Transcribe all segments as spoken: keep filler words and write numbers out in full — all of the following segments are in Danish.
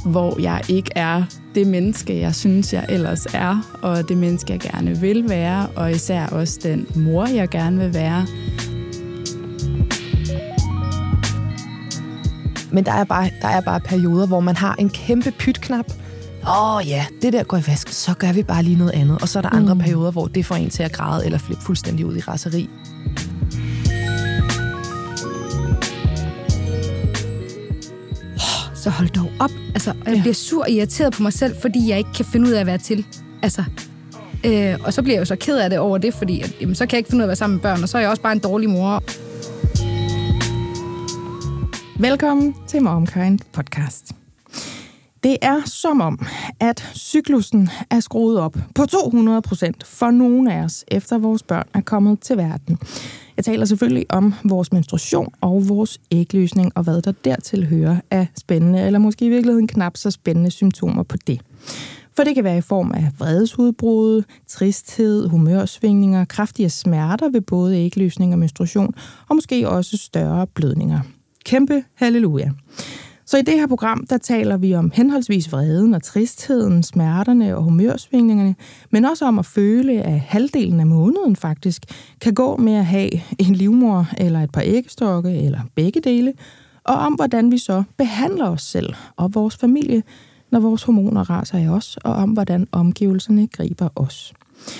hvor jeg ikke er det menneske, jeg synes, jeg ellers er, og det menneske, jeg gerne vil være, og især også den mor, jeg gerne vil være. Men der er bare, der er bare perioder, hvor man har en kæmpe pytknap. Åh oh, ja, det der går i vask, så gør vi bare lige noget andet. Og så er der andre mm. perioder, hvor det får en til at græde eller flippe fuldstændig ud i raseri. Så hold dog op. Altså, jeg ja. bliver sur og irriteret på mig selv, fordi jeg ikke kan finde ud af at være til. Altså, øh, og så bliver jeg jo så ked af det over det, fordi at, jamen, så kan jeg ikke finde ud af at være sammen med børn, og så er jeg også bare en dårlig mor. Velkommen til MomKind podcast. Det er som om, at cyklusen er skruet op på to hundrede procent for nogle af os, efter vores børn er kommet til verden. Jeg taler selvfølgelig om vores menstruation og vores ægløsning, og hvad der dertil hører af spændende, eller måske i virkeligheden knap så spændende symptomer på det. For det kan være i form af vredesudbrud, tristhed, humørsvingninger, kraftige smerter ved både ægløsning og menstruation, og måske også større blødninger. Kæmpe halleluja. Så i det her program, der taler vi om henholdsvis vreden og tristheden, smerterne og humørsvingningerne, men også om at føle, at halvdelen af måneden faktisk kan gå med at have en livmor eller et par æggestokke eller begge dele, og om hvordan vi så behandler os selv og vores familie, når vores hormoner raser i os, og om hvordan omgivelserne griber os.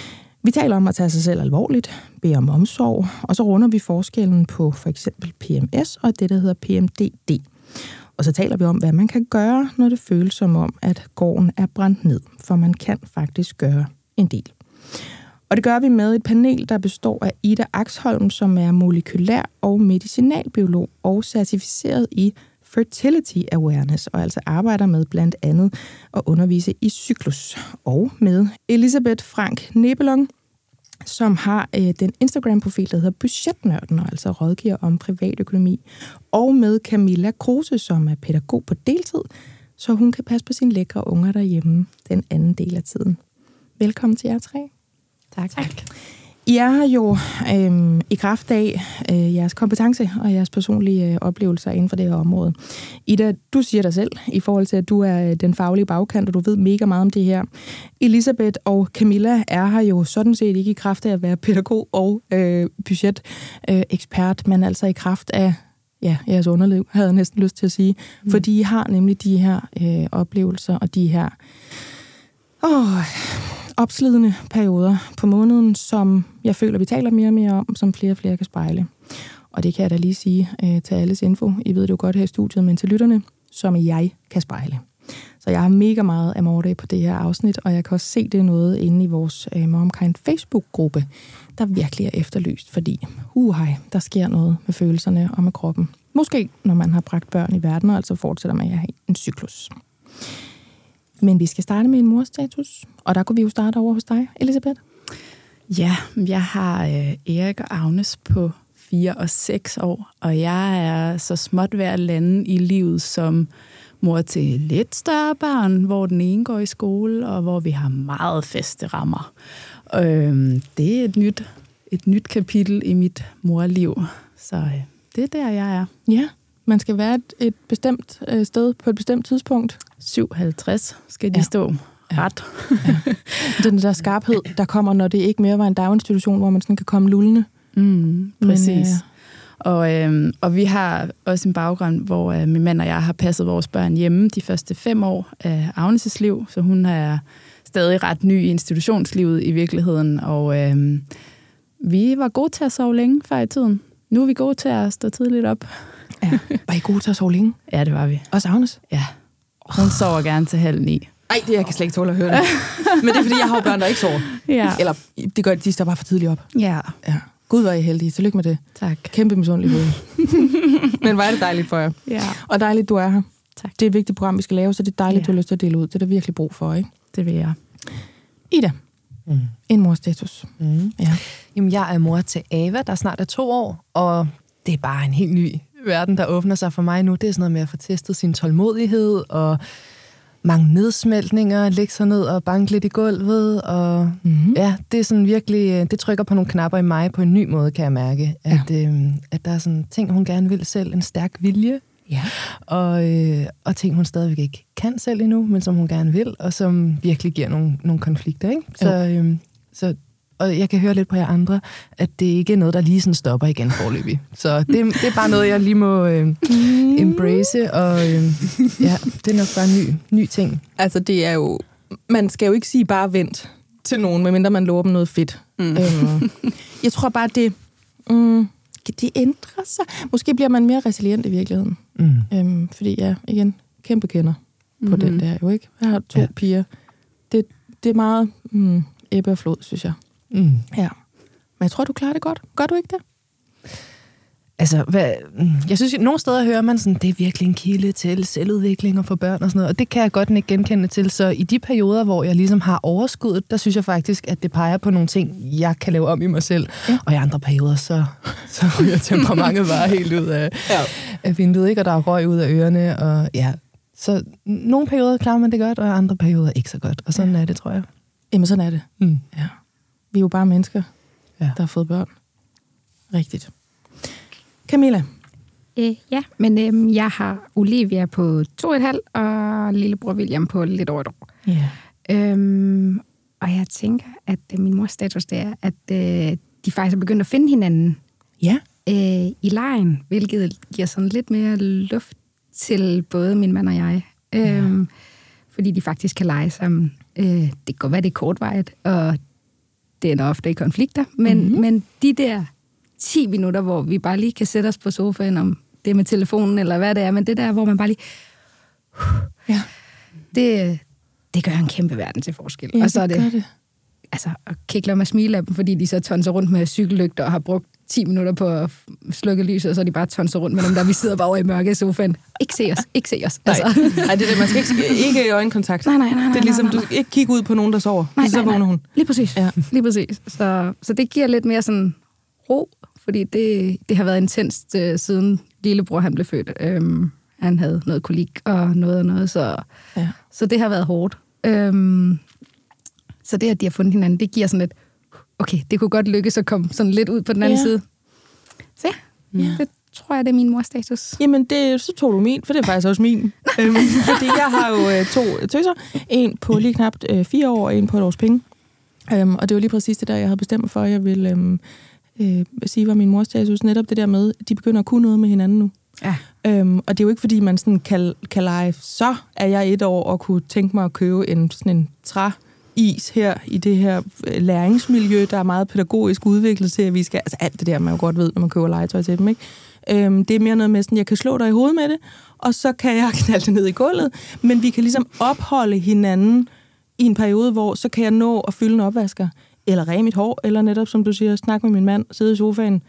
Vi taler om at tage sig selv alvorligt, bede om omsorg, og så runder vi forskellen på for eksempel P M S og det, der hedder P M D D. Og så taler vi om, hvad man kan gøre, når det føles som om, at gården er brændt ned, for man kan faktisk gøre en del. Og det gør vi med et panel, der består af Ida Axholm, som er molekylær- og medicinalbiolog og certificeret i Fertility Awareness, og altså arbejder med blandt andet at undervise i cyklus. Og med Elisabeth Frank Nebelong, som har øh, den Instagram-profil, der hedder Budgetnørden, og altså rådgiver om privatøkonomi. Og med Camilla Kruse, som er pædagog på deltid, så hun kan passe på sine lækre unger derhjemme den anden del af tiden. Velkommen til jer tre. Tak. tak. I er her jo øh, i kraft af øh, jeres kompetence og jeres personlige øh, oplevelser inden for det her område. Ida, du siger dig selv i forhold til, at du er den faglige bagkant, og du ved mega meget om det her. Elisabeth og Camilla er her jo sådan set ikke i kraft af at være pædagog og øh, budgetekspert, øh, men altså i kraft af ja, jeres underliv, havde jeg næsten lyst til at sige. Mm. Fordi I har nemlig de her øh, oplevelser og de her åh, opslidende perioder på måneden, som jeg føler, vi taler mere og mere om, som flere og flere kan spejle. Og det kan jeg da lige sige øh, til alles info. I ved det jo godt her i studiet, men til lytterne, som jeg kan spejle. Så jeg har mega meget af mordag på det her afsnit, og jeg kan også se det noget inde i vores øh, MomKind Facebook-gruppe, der virkelig er efterlyst, fordi uhej, der sker noget med følelserne og med kroppen. Måske når man har bragt børn i verden, og altså fortsætter med at have en cyklus. Men vi skal starte med en morstatus, og der kunne vi jo starte over hos dig, Elisabeth. Ja, jeg har øh, Erik og Agnes på fire og seks år, og jeg er så småt ved at lande i livet som mor til lidt større børn, hvor den ene går i skole, og hvor vi har meget faste rammer. Øh, det er et nyt, et nyt kapitel i mit morliv, så øh, det er der, jeg er. Ja. Man skal være et, et bestemt øh, sted på et bestemt tidspunkt. syv halvtreds skal de ja. stå ret. Ja. Den der skarphed, der kommer, når det ikke mere var en daginstitution, hvor man sådan kan komme lullende. Mm, præcis. Men, øh, og, øh, og vi har også en baggrund, hvor øh, min mand og jeg har passet vores børn hjemme de første fem år af Agnes' liv, så hun er stadig ret ny i institutionslivet i virkeligheden. Og øh, vi var gode til at sove længe før i tiden. Nu er vi gode til at stå tidligt op. Ja. Var I gode til at sove længe? Ja, det var vi. Også Agnes? Ja. Hun sover gerne til halv ni. Ej, det jeg kan slet ikke tåle at høre det. Men det er, fordi jeg har børn, der ikke sover. Ja. Eller det gør, de står bare for tidligt op. Ja. Ja. Gud, hvor er I heldige. Tillykke med det. Tak. Kæmpe misundelighed. Men hvor er det dejligt for jer. Ja. Og dejligt, du er her. Tak. Det er et vigtigt program, vi skal lave, så det er dejligt, ja. Du har lyst til at dele ud. Det er der virkelig brug for, ikke? Det vil jeg. Ida. Mm. En morstatus. Mm. Ja. Jamen, jeg er mor til Ava, der snart er to år, og det er bare en helt ny verden, der åbner sig for mig nu. Det er sådan noget med at få testet sin tålmodighed, og mange nedsmeltninger, lægge sig ned og banke lidt i gulvet, og mm-hmm. ja, det er sådan virkelig, det trykker på nogle knapper i mig på en ny måde, kan jeg mærke, at, ja. øh, at der er sådan ting, hun gerne vil selv, en stærk vilje, Ja. Og, øh, og ting, hun stadigvæk ikke kan selv endnu, men som hun gerne vil, og som virkelig giver nogle, nogle konflikter. Ikke? Så, øh, så, og jeg kan høre lidt på jer andre, at det ikke er noget, der lige sådan stopper igen forløbig. Så det, det er bare noget, jeg lige må øh, embrace, og øh, ja, det er nok bare en ny, ny ting. Altså, det er jo... Man skal jo ikke sige bare vent til nogen, medmindre man lover dem noget fedt. Mm. Øhm, jeg tror bare, det... Mm, det ændrer sig. Måske bliver man mere resilient i virkeligheden. Mm. Øhm, fordi jeg, igen, kæmpe kender på mm. den der jo, ikke? Jeg har to ja. piger. Det, det er meget mm, ebbe og flod, synes jeg. Mm. Ja. Men jeg tror, du klarer det godt. Gør du ikke det? Altså, hvad, jeg synes, at nogle steder hører man sådan, det er virkelig en kilde til selvudvikling og for børn og sådan noget, og det kan jeg godt ikke genkende til. Så i de perioder, hvor jeg ligesom har overskuddet, der synes jeg faktisk, at det peger på nogle ting, jeg kan lave om i mig selv. Ja. Og i andre perioder, så, så ryger temperamentet bare helt ud af, ja. af vinduet, ikke? Og der er røg ud af ørerne, og ja. Så nogle perioder klarer man det godt, og andre perioder ikke så godt. Og sådan ja. er det, tror jeg. Jamen, sådan er det. Mm. Ja. Vi er jo bare mennesker, ja. der har fået børn. Rigtigt. Camilla? Øh, ja, men øh, jeg har Olivia på to og et halvt, og lillebror William på lidt over et år. Yeah. Øhm, og jeg tænker, at øh, min mors status det er, at øh, de faktisk er begyndt at finde hinanden yeah. øh, i lejen, hvilket giver sådan lidt mere luft til både min mand og jeg. Yeah. Øhm, fordi de faktisk kan lege sammen. Øh, det kan godt være, det er kortvarigt, og det ender ofte i konflikter, men, mm-hmm. men de der ti minutter, hvor vi bare lige kan sætte os på sofaen, om det med telefonen, eller hvad det er, men det der, hvor man bare lige... Ja. Det, det gør en kæmpe verden til forskel. Ja, og så er det, det, det. Altså, at kigge med smile af dem, fordi de så tonser rundt med cykellygter og har brugt ti minutter på at slukke lyset, og så er de bare tonser rundt med dem, der vi sidder bare over i mørke i sofaen. Ikke se os, ikke se os. Altså. Nej, nej, det er det. Man skal ikke, ikke i øjenkontakt. Nej, nej, nej, nej. Det er ligesom, nej, nej, nej. Du ikke kigge ud på nogen, der sover. Nej, så nej, vågner hun. Lige præcis. Ja. Lige præcis. Så, så det giver lidt mere sådan ro, fordi det, det har været intenst uh, siden lillebror han blev født. Um, han havde noget kolik og noget og noget, så, ja. så det har været hårdt. Um, så det, at de har fundet hinanden, det giver sådan lidt, okay, det kunne godt lykkes at komme sådan lidt ud på den anden ja. side. Så ja, ja, det tror jeg, det er min mors status. Jamen, det, så tog du min, for det er faktisk også min. øhm, fordi jeg har jo øh, to tøser. En på lige knap øh, fire år, og en på et års penge. Øhm, og det var lige præcis det der, jeg havde bestemt for, at jeg ville øhm, øh, sige, var min mors status. Netop det der med, at de begynder at kunne noget med hinanden nu. Ja. Øhm, og det er jo ikke, fordi man sådan kan, kan lege, så er jeg et år og kunne tænke mig at købe en, sådan en træ is her i det her læringsmiljø, der er meget pædagogisk udviklet til, at vi skal... Altså alt det der, man jo godt ved, når man køber legetøj til dem, ikke? Øhm, det er mere noget med sådan, jeg kan slå dig i hovedet med det, og så kan jeg knalde det ned i gulvet, men vi kan ligesom opholde hinanden i en periode, hvor så kan jeg nå at fylde en opvasker, eller ræge mit hår, eller netop, som du siger, snakke med min mand, sidde i sofaen,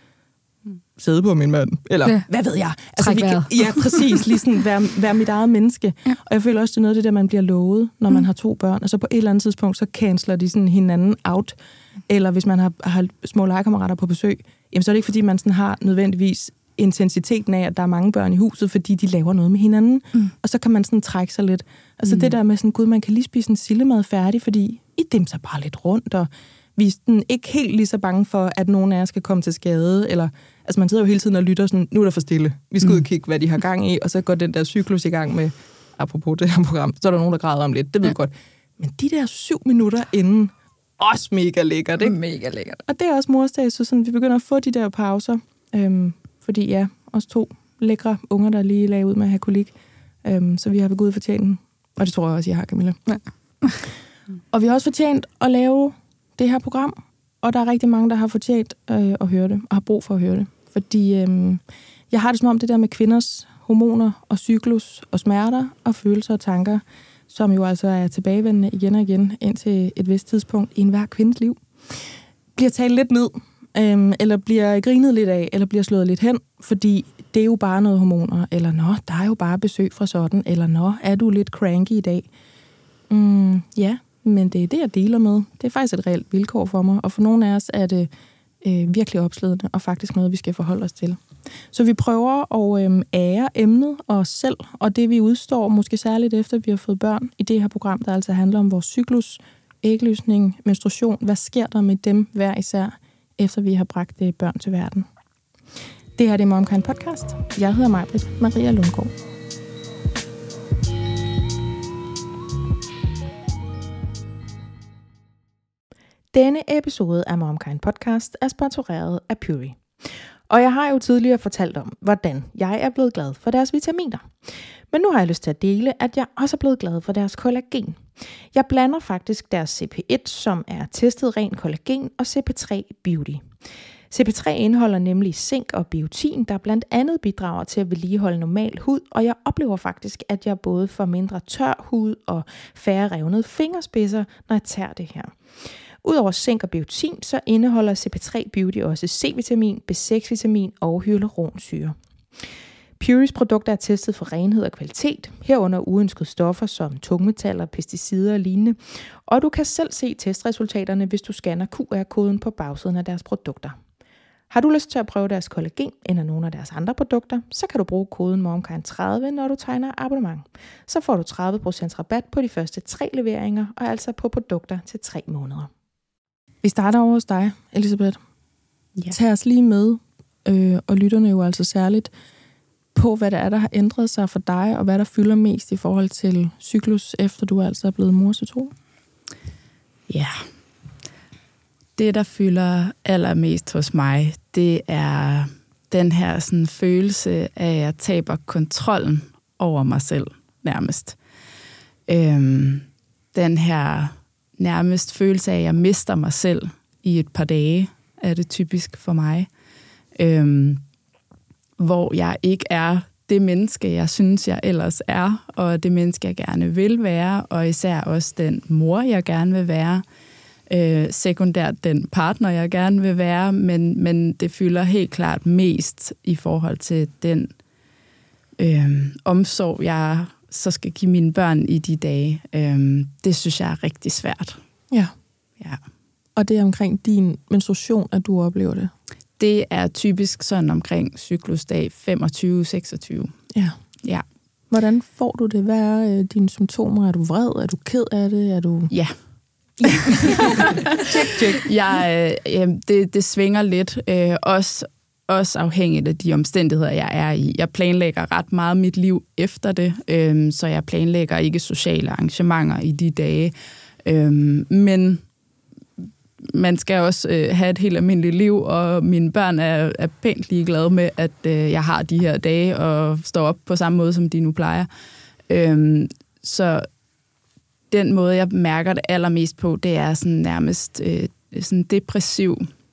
sidde på min mand, eller ja. hvad ved jeg. Altså, vi kan, ja, præcis, lige sådan være, være mit eget menneske. Ja. Og jeg føler også, det er noget af det der, man bliver lovet, når mm. man har to børn, og så på et eller andet tidspunkt, så canceler de sådan hinanden out. Eller hvis man har, har små legekammerater på besøg, jamen så er det ikke, fordi man sådan har nødvendigvis intensiteten af, at der er mange børn i huset, fordi de laver noget med hinanden. Mm. Og så kan man sådan trække sig lidt. Altså mm. det der med sådan, gud, man kan lige spise en sillemad færdig, fordi I dimser bare lidt rundt, og vi er sådan ikke helt lige så bange for, at nogen af jer skal komme til skade, eller altså man sidder jo hele tiden og lytter sådan, nu er der for stille. Vi skal mm. ud og kigge, hvad de har gang i, og så går den der cyklus i gang med, apropos det her program, så er der nogen, der græder om lidt, det ved jeg ja. godt. Men de der syv minutter inden, også mega lækkert, ikke? Mega lækkert. Og det er også morsdag, så sådan, vi begynder at få de der pauser, øhm, fordi ja, os to lækre unger, der lige lagde ud med at have kolik, øhm, så vi har ved Gud fortjent den. Og det tror jeg også, I har, Camilla. Ja. Og vi har også fortjent at lave det her program, og der er rigtig mange, der har fortjent øh, at høre det, og har brug for at høre det. Fordi øh, jeg har det som om det der med kvinders hormoner og cyklus og smerter og følelser og tanker, som jo altså er tilbagevendende igen og igen indtil et vist tidspunkt i enhver kvindes liv, bliver talt lidt ned, øh, eller bliver grinet lidt af, eller bliver slået lidt hen, fordi det er jo bare noget hormoner, eller nå, der er jo bare besøg fra sådan, eller nå, er du lidt cranky i dag? Mm, ja, men det er det, jeg deler med. Det er faktisk et reelt vilkår for mig, og for nogle af os er det øh, virkelig opslidende, og faktisk noget, vi skal forholde os til. Så vi prøver at øh, ære emnet og os selv, og det vi udstår, måske særligt efter vi har fået børn, i det her program, der altså handler om vores cyklus, ægløsning, menstruation. Hvad sker der med dem hver især, efter vi har bragt børn til verden? Det her det er MomKind Podcast. Jeg hedder Maj-Britt Maria Lundgaard. Denne episode af MomKind Podcast er sponsoreret af Pury. Og jeg har jo tidligere fortalt om, hvordan jeg er blevet glad for deres vitaminer. Men nu har jeg lyst til at dele, at jeg også er blevet glad for deres kollagen. Jeg blander faktisk deres C P et, som er testet ren kollagen, og C P tre Beauty. C P tre indeholder nemlig zink og biotin, der blandt andet bidrager til at vedligeholde normal hud, og jeg oplever faktisk, at jeg både får mindre tør hud og færre revnede fingerspidser, når jeg tager det her. Udover zink og biotin, så indeholder C P tre Beauty også C-vitamin, B seks vitamin og hyaluronsyre. Purys produkter er testet for renhed og kvalitet, herunder uønskede stoffer som tungmetaller, pesticider og lignende, og du kan selv se testresultaterne, hvis du scanner Q R-koden på bagsiden af deres produkter. Har du lyst til at prøve deres kollagen eller nogle af deres andre produkter, så kan du bruge koden MomKind tredive, når du tegner abonnement. Så får du tredive procent rabat på de første tre leveringer, og altså på produkter til tre måneder. Vi starter over hos dig, Elisabeth. Ja. Tag os lige med, øh, og lytterne jo altså særligt, på hvad der er, der har ændret sig for dig, og hvad der fylder mest i forhold til cyklus, efter du altså er blevet mor til to. Ja. Det, der fylder allermest hos mig, det er den her sådan, følelse af, at jeg taber kontrollen over mig selv, nærmest. Øhm, den her nærmest følelse af, at jeg mister mig selv i et par dage, er det typisk for mig. Øhm, hvor jeg ikke er det menneske, jeg synes, jeg ellers er, og det menneske, jeg gerne vil være, og især også den mor, jeg gerne vil være. Øh, sekundært den partner, jeg gerne vil være, men, men det fylder helt klart mest i forhold til den øh, omsorg, jeg så skal give mine børn i de dage. Øh, det synes jeg er rigtig svært. Ja. Ja. Og det er omkring din menstruation, at du oplever det? Det er typisk sådan omkring cyklusdag femogtyve seksogtyve. Ja. Ja. Hvordan får du det? Hvad er øh, dine symptomer? Er du vred? Er du ked af det? Er du... Ja. check, check. Jeg, øh, det, det svinger lidt, øh, også, også afhængigt af de omstændigheder, jeg er i. Jeg planlægger ret meget mit liv efter det, øh, så jeg planlægger ikke sociale arrangementer i de dage. Øh, men man skal også øh, have et helt almindeligt liv, og mine børn er, er pænt ligeglade med, at øh, jeg har de her dage og står op på samme måde, som de nu plejer. Øh, så den måde, jeg mærker det allermest på, det er sådan nærmest øh, sådan depressiv.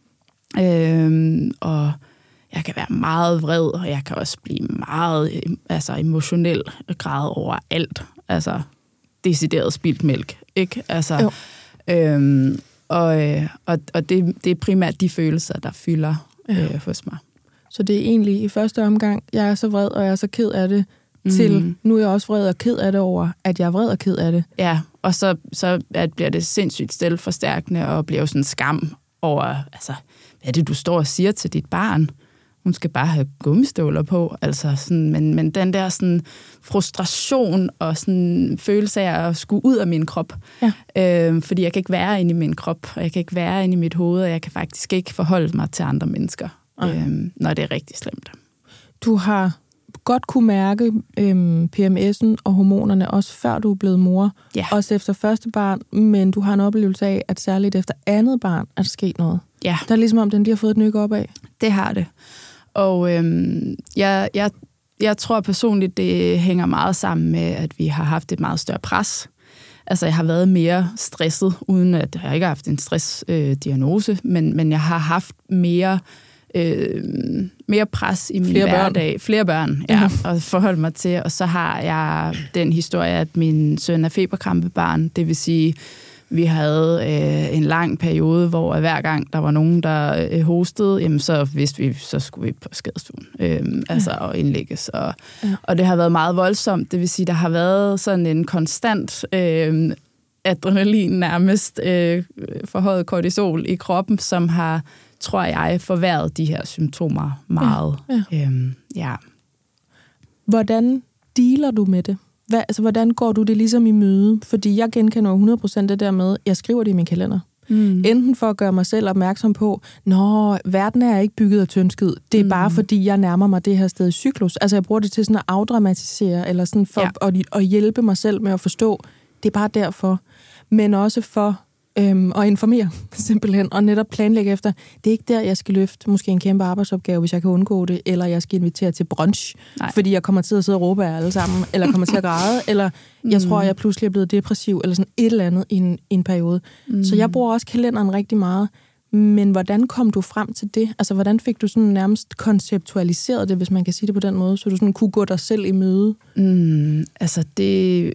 Øh, og jeg kan være meget vred, og jeg kan også blive meget altså, emotionel grad over alt. Altså, decideret spildt mælk, ikke? Altså, øh, og og, og det, det er primært de følelser, der fylder øh, ja. hos mig. Så det er egentlig i første omgang, jeg er så vred, og jeg er så ked af det, til mm. nu er jeg også vred og ked af det over, at jeg er vred og ked af det. Ja, og så, så at bliver det sindssygt selvforstærkende, og bliver jo sådan en skam over, altså, hvad er det, du står og siger til dit barn? Hun skal bare have gummistøvler på, altså sådan, men, men den der sådan frustration og sådan følelse af at skulle ud af min krop, ja. øh, fordi jeg kan ikke være inde i min krop, og jeg kan ikke være inde i mit hoved, og jeg kan faktisk ikke forholde mig til andre mennesker, øh, når det er rigtig slemt. Du har godt kunne mærke øhm, P M S'en og hormonerne, også før du er blevet mor, ja. også efter første barn, men du har en oplevelse af, at særligt efter andet barn er der sket noget. Ja. Der er ligesom om, den lige har fået et nyk op af. Det har det. Og øhm, jeg, jeg, jeg tror personligt, det hænger meget sammen med, at vi har haft et meget større pres. Altså, jeg har været mere stresset, uden at jeg ikke har haft en stressdiagnose, øh, men, men jeg har haft mere... Øh, mere pres i min Flere hverdag. Børn. Flere børn, ja, og forholde mig til. Og så har jeg den historie, at min søn er feberkrampebarn. Det vil sige, vi havde øh, en lang periode, hvor hver gang der var nogen, der øh, hostede, jamen så vidste vi, så skulle vi på skadestuen. Øh, altså ja. og indlægges. Og, ja. og det har været meget voldsomt. Det vil sige, der har været sådan en konstant øh, adrenalin nærmest, øh, forhøjet kortisol i kroppen, som har, tror jeg, forværret de her symptomer meget. Ja. Ja. Øhm, ja. Hvordan dealer du med det? Hvad, altså, hvordan går du det ligesom i møde? Fordi jeg genkender hundrede procent det der med, jeg skriver det i min kalender. Mm. Enten for at gøre mig selv opmærksom på, nå, verden er ikke bygget af tyndskid. Det er mm. bare fordi, jeg nærmer mig det her sted i cyklus. Altså jeg bruger det til sådan at afdramatisere, eller sådan for ja. at, at hjælpe mig selv med at forstå, det er bare derfor. Men også for øhm, at informere, simpelthen, og netop planlægge efter, det er ikke der, jeg skal løfte måske en kæmpe arbejdsopgave, hvis jeg kan undgå det, eller jeg skal invitere til brunch, Nej. fordi jeg kommer til at sidde og råbe af alle sammen, eller kommer til at græde, eller jeg mm. tror, jeg pludselig er blevet depressiv, eller sådan et eller andet i en, i en periode. Mm. Så jeg bruger også kalenderen rigtig meget. Men hvordan kom du frem til det? Altså, hvordan fik du sådan nærmest konceptualiseret det, hvis man kan sige det på den måde, så du sådan kunne gå dig selv i møde? Mm, altså, det...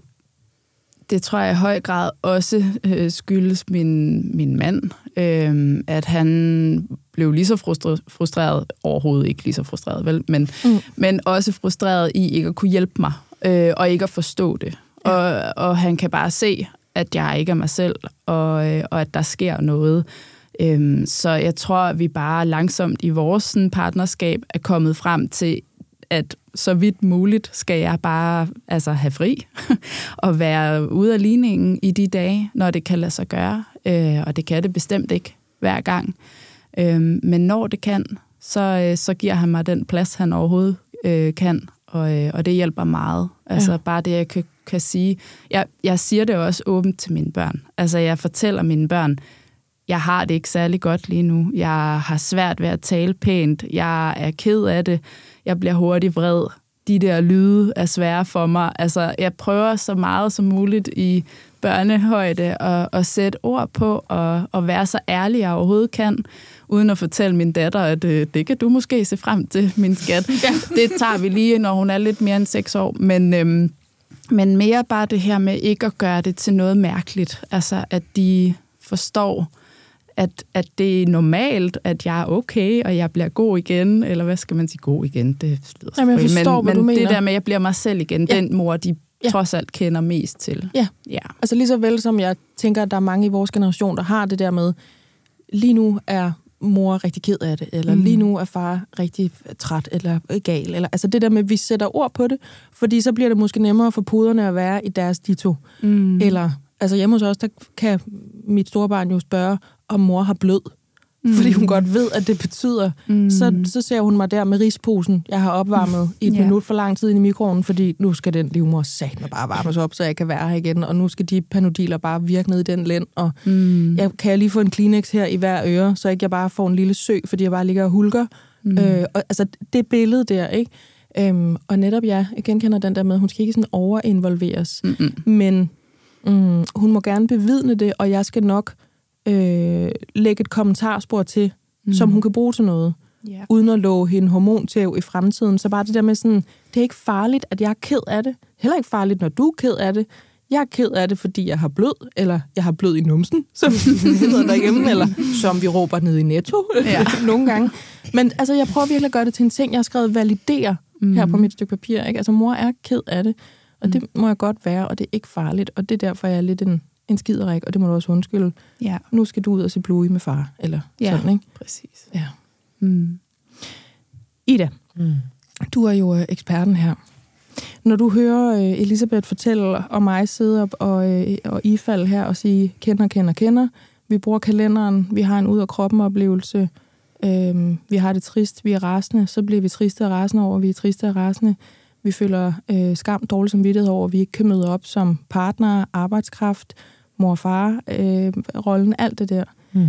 Det tror jeg i høj grad også øh, skyldes min, min mand, øh, at han blev lige så frustre- frustreret, overhovedet ikke lige så frustreret, vel, men, mm. men også frustreret i ikke at kunne hjælpe mig, øh, og ikke at forstå det. Ja. Og, og han kan bare se, at jeg ikke er mig selv, og, øh, og at der sker noget. Øh, så jeg tror, at vi bare langsomt i vores sådan, partnerskab er kommet frem til, at så vidt muligt skal jeg bare altså, have fri og være ude af ligningen i de dage, når det kan lade sig gøre. Øh, og det kan det bestemt ikke hver gang. Øh, men når det kan, så, øh, så giver han mig den plads, han overhovedet øh, kan. Og, øh, og det hjælper meget. Altså ja. bare det, jeg kan, kan sige. Jeg, jeg siger det også åbent til mine børn. Altså jeg fortæller mine børn, jeg har det ikke særlig godt lige nu. Jeg har svært ved at tale pænt. Jeg er ked af det. Jeg bliver hurtigt vred. De der lyde er svære for mig. Altså, jeg prøver så meget som muligt i børnehøjde at, at sætte ord på og, og være så ærlig, jeg overhovedet kan, uden at fortælle min datter, at øh, det kan du måske se frem til, min skat. Ja. Det tager vi lige, når hun er lidt mere end seks år. Men, øhm, men mere bare det her med ikke at gøre det til noget mærkeligt. Altså, at de forstår, At, at det er normalt, at jeg er okay, og jeg bliver god igen, eller hvad skal man sige, god igen, det lyder Jamen, jeg forstår, men, hvad du men mener. det der med, at jeg bliver mig selv igen, ja. den mor, de ja. trods alt kender mest til. Ja. ja, altså lige så vel som jeg tænker, at der er mange i vores generation, der har det der med, lige nu er mor rigtig ked af det, eller mm. lige nu er far rigtig træt, eller gal, eller altså det der med, at vi sætter ord på det, fordi så bliver det måske nemmere for puderne at være i deres ditto, mm. eller altså hjemme hos os, der kan mit store barn jo spørge, om mor har blød. Mm. Fordi hun godt ved, at det betyder. Mm. Så, så ser hun mig der med risposen, jeg har opvarmet i et yeah. minut for lang tid i mikroovnen, fordi nu skal den livmor satme bare varmes op, så jeg kan være her igen. Og nu skal de panodiler bare virke ned i den lænd. Og mm. jeg, kan jeg lige få en Kleenex her i hver øre, så ikke jeg bare får en lille sø, fordi jeg bare ligger og hulker. Mm. Øh, og, altså det billede der, ikke? Øhm, og netop ja, jeg genkender den der med, hun skal ikke sådan overinvolveres. Mm-mm. Men mm, hun må gerne bevidne det, og jeg skal nok Øh, lægge et kommentarspor til, mm. som hun kan bruge til noget, yeah. uden at love hende hormontæv i fremtiden. Så bare det der med sådan, det er ikke farligt, at jeg er ked af det. Heller ikke farligt, når du er ked af det. Jeg er ked af det, fordi jeg har blød, eller jeg har blød i numsen, som det hedder derhjemme, eller som vi råber ned i Netto ja. nogle gange. Men altså, jeg prøver virkelig at gøre det til en ting, jeg har skrevet validere mm. her på mit stykke papir. Ikke? Altså, mor er ked af det, og mm. det må jeg godt være, og det er ikke farligt, og det er derfor, jeg er lidt en en skiderik, og det må du også undskylde. Ja. Nu skal du ud og se Bluey med far, eller ja, sådan, ikke? Præcis. Ja. Mm. Ida, mm. du er jo eksperten her. Når du hører uh, Elisabeth fortælle om mig sidde op og, uh, og ifald her og sige, kender, kender, kender. Vi bruger kalenderen, vi har en ud-af-kroppen-oplevelse, uh, vi har det trist, vi er rasende, så bliver vi triste og rasende over, vi er triste og rasende. Vi føler uh, skam, dårlig samvittighed over, at vi ikke kan møde op som partner, arbejdskraft, mor og far, øh, rollen, alt det der. Mm.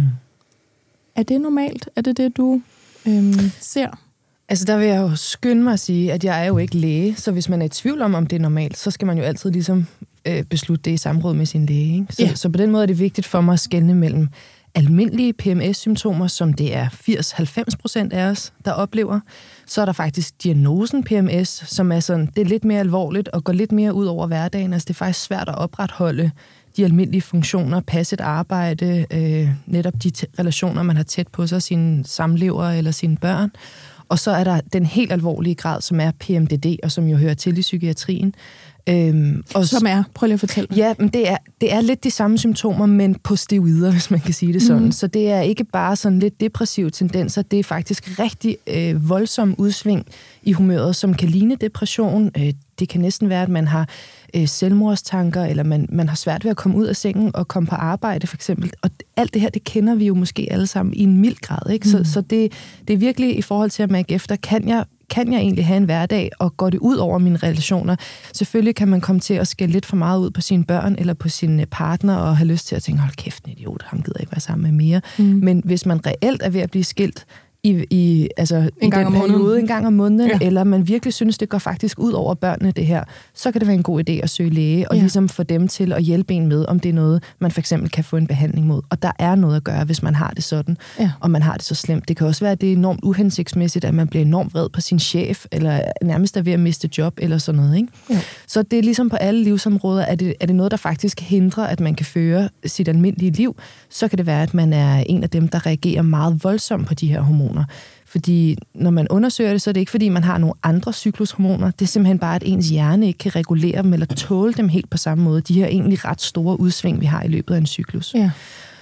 Er det normalt? Er det det, du øh, ser? Altså, der vil jeg jo skynde mig at sige, at jeg er jo ikke læge, så hvis man er i tvivl om, om det er normalt, så skal man jo altid ligesom øh, beslutte det i samråd med sin læge. Ikke? Så, ja. så på den måde er det vigtigt for mig at skelne mellem almindelige P M S-symptomer, som det er firs til halvfems procent af os, der oplever. Så er der faktisk diagnosen P M S, som er sådan, det er lidt mere alvorligt og går lidt mere ud over hverdagen. Altså, det er faktisk svært at opretholde de almindelige funktioner, passe et arbejde, øh, netop de t- relationer, man har tæt på sig, sine samlever eller sine børn. Og så er der den helt alvorlige grad, som er P M D D, og som jo hører til i psykiatrien, Øhm, og Som er, prøv lige at fortælle. Ja, men det er, det er lidt de samme symptomer, men på steroider, hvis man kan sige det sådan. Mm. Så det er ikke bare sådan lidt depressive tendenser, det er faktisk rigtig øh, voldsom udsving i humøret, som kan ligne depression. Øh, det kan næsten være, at man har øh, selvmordstanker, eller man, man har svært ved at komme ud af sengen og komme på arbejde, for eksempel. Og alt det her, det kender vi jo måske alle sammen i en mild grad, ikke? Mm. Så, så det, det er virkelig i forhold til at mærke efter, kan jeg kan jeg egentlig have en hverdag, og går det ud over mine relationer? Selvfølgelig kan man komme til at skælde lidt for meget ud på sine børn, eller på sin partner, og have lyst til at tænke, hold kæft, en idiot, ham gider ikke være sammen med mere. Mm. Men hvis man reelt er ved at blive skilt, i, i, altså, en i gang den periode, måneden. en gang om måneden, ja. Eller man virkelig synes, det går faktisk ud over børnene, det her, så kan det være en god idé at søge læge, og ja. ligesom få dem til at hjælpe en med, om det er noget, man for eksempel kan få en behandling mod. Og der er noget at gøre, hvis man har det sådan, ja. og man har det så slemt. Det kan også være, at det er enormt uhensigtsmæssigt, at man bliver enormt vred på sin chef, eller nærmest er ved at miste job, eller sådan noget. Ikke? Ja. Så det er ligesom på alle livsområder, er det, er det noget, der faktisk hindrer, at man kan føre sit almindelige liv, så kan det være, at man er en af dem, der reagerer meget voldsomt på de her hormoner. Fordi når man undersøger det, så er det ikke, fordi man har nogle andre cyklushormoner. Det er simpelthen bare, at ens hjerne ikke kan regulere dem eller tåle dem helt på samme måde. De her egentlig ret store udsving, vi har i løbet af en cyklus. Ja.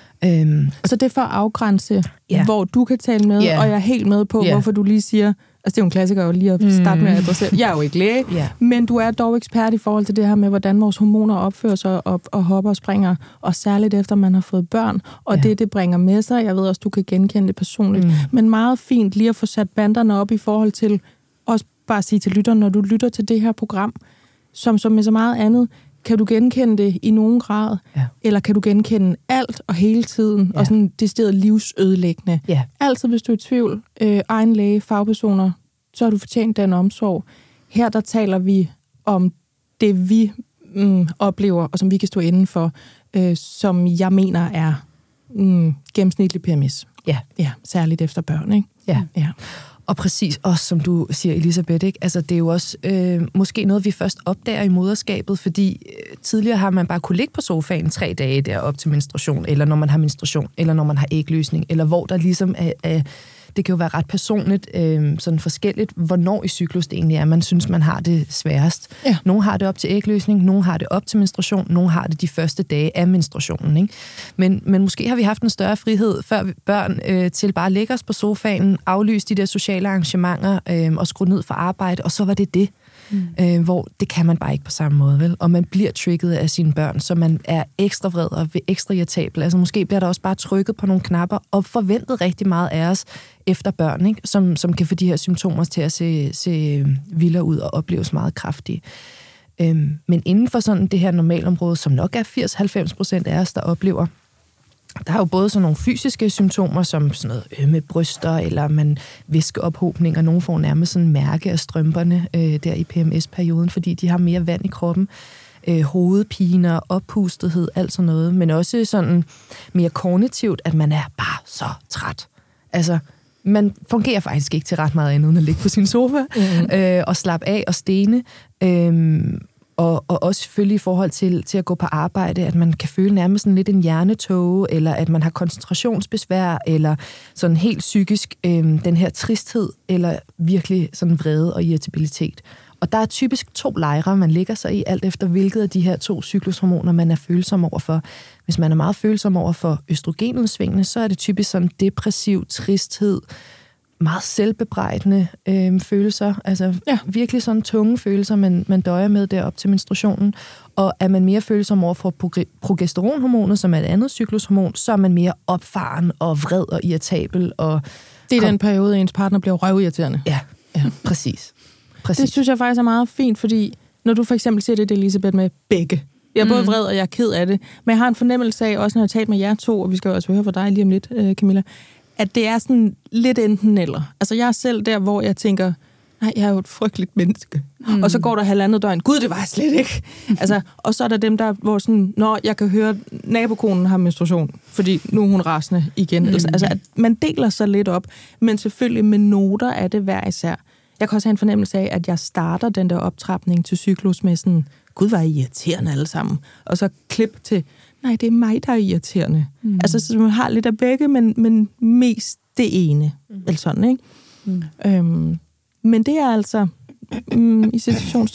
Øhm. Så det er for at afgrænse, ja. hvor du kan tale med, ja. og jeg er helt med på, ja. hvorfor du lige siger, altså det er jo en klassiker jo lige at starte med at adressere. Jeg er jo ikke læge, ja. men du er dog ekspert i forhold til det her med, hvordan vores hormoner opfører sig og, og hopper og springer, og særligt efter man har fået børn, og ja. det, det bringer med sig. Jeg ved også, du kan genkende det personligt. Mm. Men meget fint lige at få sat banderne op i forhold til, også bare sige til lytteren, når du lytter til det her program, som, som med så meget andet, kan du genkende det i nogen grad? Ja. Eller kan du genkende alt og hele tiden? Ja. Og sådan decideret livsødelæggende? Ja. Altid, hvis du er i tvivl, øh, egen læge, fagpersoner, så har du fortjent den omsorg. Her der taler vi om det, vi mm, oplever, og som vi kan stå inden for, øh, som jeg mener er mm, gennemsnitlig P M S. Ja. Ja, særligt efter børn, ikke? Ja. Ja. Og præcis også, som du siger, Elisabeth, ikke? Altså, det er jo også øh, måske noget, vi først opdager i moderskabet, fordi øh, tidligere har man bare kunne ligge på sofaen tre dage der op til menstruation, eller når man har menstruation, eller når man har ægløsning, eller hvor der ligesom er... er det kan jo være ret personligt, øh, sådan forskelligt, hvornår i cyklus det egentlig er, man synes, man har det sværest. Ja. Nogle har det op til ægløsning, nogle har det op til menstruation, nogle har det de første dage af menstruationen. Ikke? Men, men måske har vi haft en større frihed før vi børn øh, til bare at lægge os på sofaen, aflyse de der sociale arrangementer øh, og skrue ned for arbejde, og så var det det. Mm. Øh, hvor det kan man bare ikke på samme måde, vel? Og man bliver trigget af sine børn, så man er ekstra vred og ekstra irritabel. Altså måske bliver der også bare trykket på nogle knapper og forventet rigtig meget af os efter børn, ikke? Som, som kan få de her symptomer til at se, se vildere ud og opleves meget kraftige. Øhm, men inden for sådan det her normalområde, som nok er firs til halvfems procent af os, der oplever, der er jo både sådan nogle fysiske symptomer, som sådan noget ømme bryster, eller man væskeophobning, og nogen får nærmest sådan mærke af strømperne øh, der i P M S-perioden, fordi de har mere vand i kroppen. Øh, hovedpiner, oppustethed, alt sådan noget. Men også sådan mere kognitivt, at man er bare så træt. Altså, man fungerer faktisk ikke til ret meget andet, end at ligge på sin sofa mm. øh, og slappe af og stene. Øh, Og, og også selvfølgelig i forhold til, til at gå på arbejde, at man kan føle nærmest sådan lidt en hjernetåge, eller at man har koncentrationsbesvær, eller sådan helt psykisk øh, den her tristhed, eller virkelig sådan vrede og irritabilitet. Og der er typisk to lejre, man ligger sig i, alt efter hvilket af de her to cyklushormoner, man er følsom overfor. Hvis man er meget følsom over for østrogenudsvingene, så er det typisk sådan depressiv tristhed, meget selvbebrejdende øh, følelser, altså ja. virkelig sådan tunge følelser, man, man døjer med derop til menstruationen. Og er man mere følsom over for progesteronhormonet, som er et andet cyklushormon, så er man mere opfaren og vred og irritabel. Og det er kom... den periode, ens partner bliver røvirriterende. Ja, ja. Præcis. præcis. Det synes jeg faktisk er meget fint, fordi når du for eksempel siger det, Elisabeth, med begge. Jeg er både vred, og jeg er ked af det. Men jeg har en fornemmelse af, også når jeg har talt med jer to, og vi skal jo også høre fra dig lige om lidt, Camilla, at det er sådan lidt enten eller. Altså jeg er selv der, hvor jeg tænker, nej, jeg er jo et frygteligt menneske. Mm. Og så går der halvandet døgn. Gud, det var jeg slet ikke. altså, og så er der dem, der hvor sådan, nå, jeg kan høre, nabokonen har menstruation, fordi nu er hun rasende igen. Mm. Altså, at man deler sig lidt op, men selvfølgelig med noter af det hver især. Jeg kan også have en fornemmelse af, at jeg starter den der optrapning til cyklus med sådan, gud, var I irriterende alle sammen. Og så klip til, nej, det er mig, der er irriterende. Mm. Altså, så man har lidt af begge, men, men mest det ene. Mm. Eller sådan, ikke? Mm. Øhm, men det er altså, mm, i situationstegn,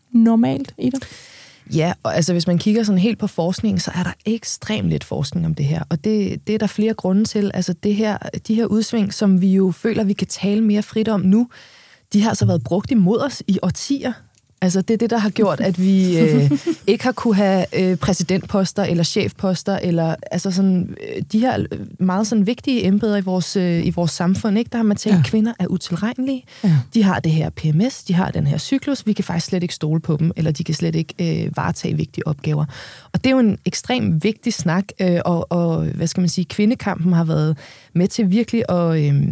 normalt i det? Ja, og altså hvis man kigger sådan helt på forskning, så er der ekstremt lidt forskning om det her, og det, det er der flere grunde til. Altså det her, de her udsving, som vi jo føler, vi kan tale mere frit om nu, de har altså været brugt imod os i årtier. Altså det er det, der har gjort, at vi øh, ikke har kunne have øh, præsidentposter eller chefposter, eller altså sådan, øh, de her meget sådan vigtige embeder i vores, øh, i vores samfund, ikke? Der har man tænkt, at ja. kvinder er utilregnelige. Ja. De har det her P M S, de har den her cyklus, vi kan faktisk slet ikke stole på dem, eller de kan slet ikke øh, varetage vigtige opgaver. Og det er jo en ekstremt vigtig snak, øh, og, og hvad skal man sige, kvindekampen har været med til virkelig at... Øh,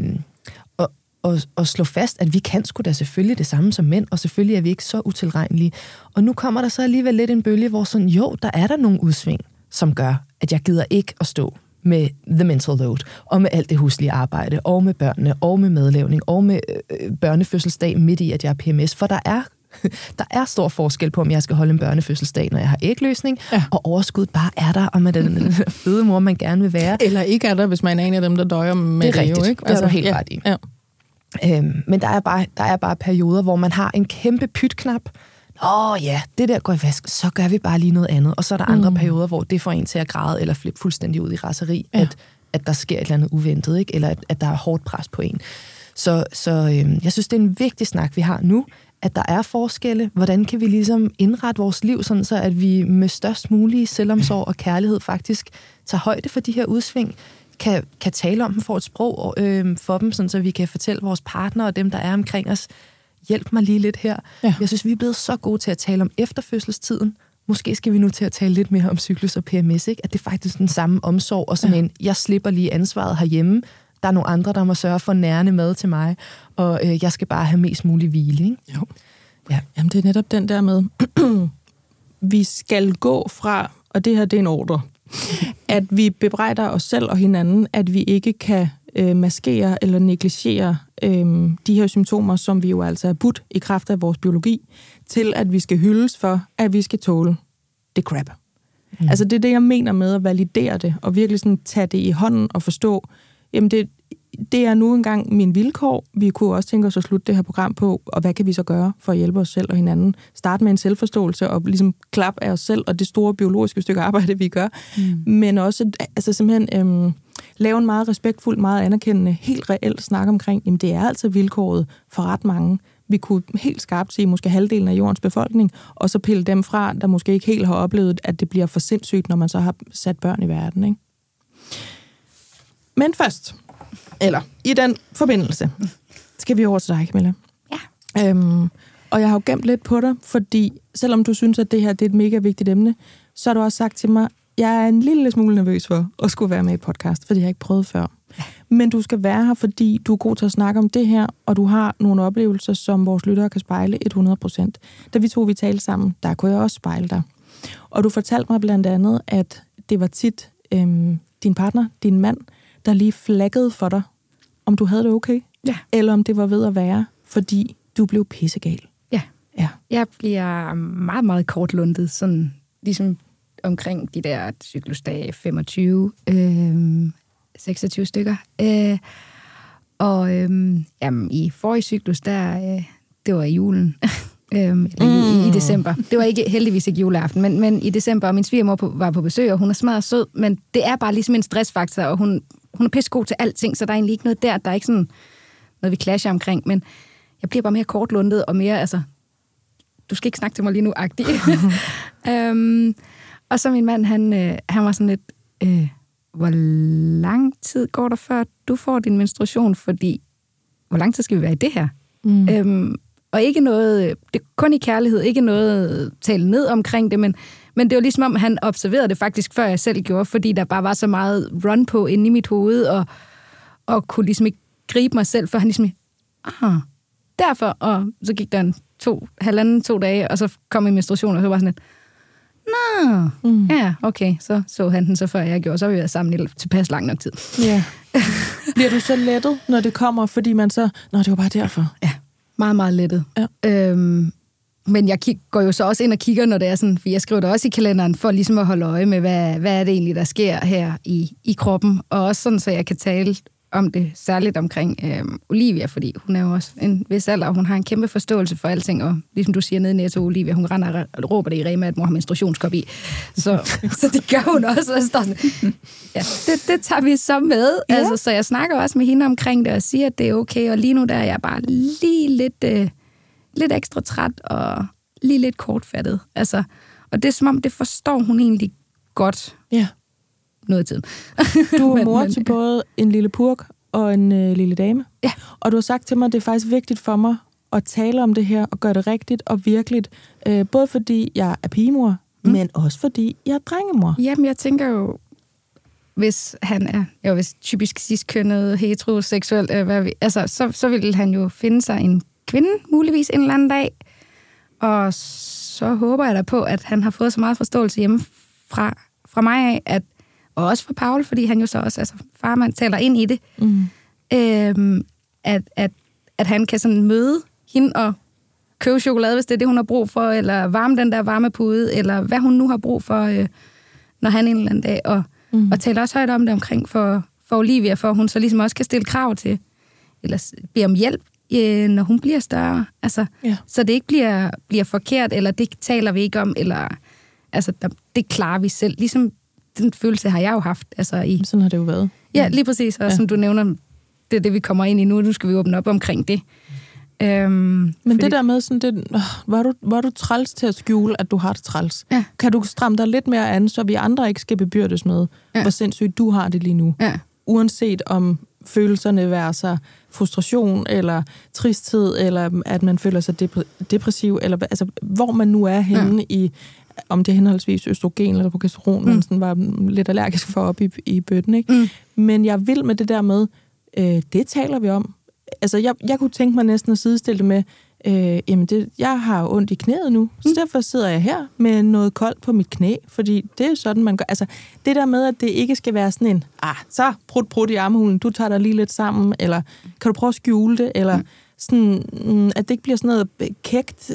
Og, og slå fast, at vi kan sgu da selvfølgelig det samme som mænd, og selvfølgelig er vi ikke så utilregnelige. Og nu kommer der så alligevel lidt en bølge, hvor sådan, jo, der er der nogle udsving, som gør, at jeg gider ikke at stå med the mental load, og med alt det huslige arbejde, og med børnene, og med madlavning, og med øh, børnefødselsdag midt i, at jeg er P M S. For der er, der er stor forskel på, om jeg skal holde en børnefødselsdag, når jeg har ægløsning, ja. og overskud bare er der, og med den, den fede mor, man gerne vil være. Eller ikke er der, hvis man er en af dem, der døjer med det. Det er rigtigt, jo, ikke? det er du helt ja. ret i. Ja. Øhm, men der er, bare, der er bare perioder, hvor man har en kæmpe pytknap. Åh ja, det der går i vask, så gør vi bare lige noget andet. Og så er der andre mm. perioder, hvor det får en til at græde eller flippe fuldstændig ud i raseri, ja. at, at der sker et eller andet uventet, ikke? Eller at, at der er hårdt pres på en. Så, så øhm, jeg synes, det er en vigtig snak, vi har nu, at der er forskelle. Hvordan kan vi ligesom indrette vores liv, sådan så at vi med størst mulige selvomsorg og kærlighed faktisk tager højde for de her udsving, Kan, kan tale om dem, få et sprog øh, for dem, sådan, så vi kan fortælle vores partnere og dem, der er omkring os, hjælp mig lige lidt her. Ja. Jeg synes, vi er blevet så gode til at tale om efterfødselstiden. Måske skal vi nu til at tale lidt mere om cyklus og P M S, ikke? At det er faktisk den samme omsorg, og sådan ja. en, jeg slipper lige ansvaret herhjemme. Der er nogle andre, der må sørge for nærende mad til mig, og øh, jeg skal bare have mest mulig hvile, ikke? Jo. Ja. Jamen, det er netop den der med, vi skal gå fra, og det her, det er en ordre, at vi bebrejder os selv og hinanden, at vi ikke kan øh, maskere eller negligere øh, de her symptomer, som vi jo altså er budt i kraft af vores biologi, til at vi skal hyldes for, at vi skal tåle det crap. Mm. Altså det er det, jeg mener med at validere det, og virkelig sådan tage det i hånden og forstå, jamen det, det er nu engang min vilkår. Vi kunne også tænke os at slutte det her program på, og hvad kan vi så gøre for at hjælpe os selv og hinanden? Starte med en selvforståelse og ligesom klap af os selv og det store biologiske stykke arbejde, vi gør. Mm. Men også altså simpelthen øhm, lave en meget respektfuld, meget anerkendende, helt reelt snak omkring, jamen det er altså vilkåret for ret mange. Vi kunne helt skarpt sige måske halvdelen af jordens befolkning, og så pille dem fra, der måske ikke helt har oplevet, at det bliver for sindssygt, når man så har sat børn i verden, ikke? Men først, eller i den forbindelse, skal vi over til dig, Camilla. Ja. Øhm, og jeg har jo gemt lidt på dig, fordi selvom du synes, at det her det er et mega vigtigt emne, så har du også sagt til mig, jeg er en lille smule nervøs for at skulle være med i podcast, fordi jeg ikke prøvet før. Ja. Men du skal være her, fordi du er god til at snakke om det her, og du har nogle oplevelser, som vores lyttere kan spejle hundrede procent. Da vi to vi talte sammen, der kunne jeg også spejle dig. Og du fortalte mig blandt andet, at det var tit øhm, din partner, din mand, der lige flaggede for dig, om du havde det okay, ja. eller om det var ved at være, fordi du blev pissegal. Ja. ja. Jeg bliver meget, meget kortlundet, sådan ligesom omkring de der cyklusdage femogtyve, øh, seksogtyve stykker. Øh, og øh, jamen, i forrige cyklus, der, øh, det var i julen, øh, mm. i, i december. Det var ikke heldigvis ikke juleaften, men, men i december, og min svigermor på, var på besøg, og hun er smadret sød, men det er bare ligesom en stressfaktor, og hun, hun er pissegod til alting, så der er egentlig ikke noget der, der er ikke sådan noget, vi clasher omkring, men jeg bliver bare mere kortlundet, og mere, altså, du skal ikke snakke til mig lige nu-agtig. øhm, og så min mand, han, øh, han var sådan lidt, øh, hvor lang tid går der, før du får din menstruation, fordi, hvor lang tid skal vi være i det her? Mm. Øhm, og ikke noget, det er kun i kærlighed, ikke noget tale ned omkring det, men, men det var ligesom om, han observerede det faktisk, før jeg selv gjorde, fordi der bare var så meget run på inde i mit hoved, og, og kunne ligesom ikke gribe mig selv, for han ligesom, ah, derfor, og så gik der en to, halvanden, to dage, og så kom min menstruation, og så var sådan lidt, nå, mm. ja, okay, så så han den så før jeg gjorde, så har vi været sammen i tilpas lang nok tid. Ja. Bliver du så lettet, når det kommer, fordi man så, nå, det var bare derfor? Ja, meget, meget lettet. Ja. Øhm, men jeg kig, går jo så også ind og kigger, når det er sådan, for jeg skriver det også i kalenderen, for ligesom at holde øje med, hvad, hvad er det egentlig, der sker her i, i kroppen, og også sådan, så jeg kan tale om det, særligt omkring øh, Olivia, fordi hun er jo også en vis alder, og hun har en kæmpe forståelse for alting, og ligesom du siger nede i Netto, Olivia, hun render og råber det i Rema, at mor har menstruationskop i. Så, så det gør hun også. Og sådan, ja, det, det tager vi så med. Ja. Altså, så jeg snakker også med hende omkring det, og siger, at det er okay, og lige nu der er jeg bare lige lidt, øh, lidt ekstra træt, og lige lidt kortfattet. Altså, og det er som om, det forstår hun egentlig godt. Ja. Noget af tiden. Du er men, mor men, til både en lille purk og en øh, lille dame. Ja. Og du har sagt til mig, at det er faktisk vigtigt for mig at tale om det her og gøre det rigtigt og virkeligt. Øh, både fordi jeg er pigemor, mm. men også fordi jeg er drengemor. Jamen, jeg tænker jo, hvis han er jo, hvis typisk cis-kønnet, heteroseksuel, øh, hvad vi, altså, så, så vil han jo finde sig en kvinde, muligvis en eller anden dag. Og så håber jeg da på, at han har fået så meget forståelse hjemme fra, fra mig af, at og også for Paul, fordi han jo så også, altså farmand taler ind i det, mm. øhm, at, at, at han kan sådan møde hende og købe chokolade, hvis det er det, hun har brug for, eller varme den der varmepude, eller hvad hun nu har brug for, øh, når han en eller anden dag, og, mm. og taler også højt om det omkring for, for Olivia, for hun så ligesom også kan stille krav til, eller bede om hjælp, øh, når hun bliver større. Altså, ja. Så det ikke bliver, bliver forkert, eller det taler vi ikke om, eller altså, der, det klarer vi selv. Ligesom den følelse har jeg jo haft. Altså i, Sådan har det jo været. Ja, lige præcis. Og ja. Som du nævner, det er det, vi kommer ind i nu. Nu skal vi åbne op omkring det. Øhm, Men fordi... det der med, sådan, det, øh, var, du, var du træls til at skjule, at du har det træls? Ja. Kan du stramme dig lidt mere an, så vi andre ikke skal bebyrdes med, ja. Hvor sindssygt du har det lige nu? Ja. Uanset om følelserne værer sig frustration, eller tristhed, eller at man føler sig depr- depressiv, eller altså, hvor man nu er henne ja. i... om det er henholdsvis østrogen eller progesteron, mm. man sådan var lidt allergisk for op i, i bøtten, ikke? Mm. Men jeg vil med det der med, øh, det taler vi om. Altså, jeg, jeg kunne tænke mig næsten at sidestille det med, øh, jamen, det, jeg har ondt i knæet nu, så mm. derfor sidder jeg her med noget koldt på mit knæ, fordi det er sådan, man gør. Altså, det der med, at det ikke skal være sådan en, ah, så prut, prut i armhulen, du tager dig lige lidt sammen, eller kan du prøve at skjule det, eller... Mm. Sådan, at det ikke bliver sådan noget kægt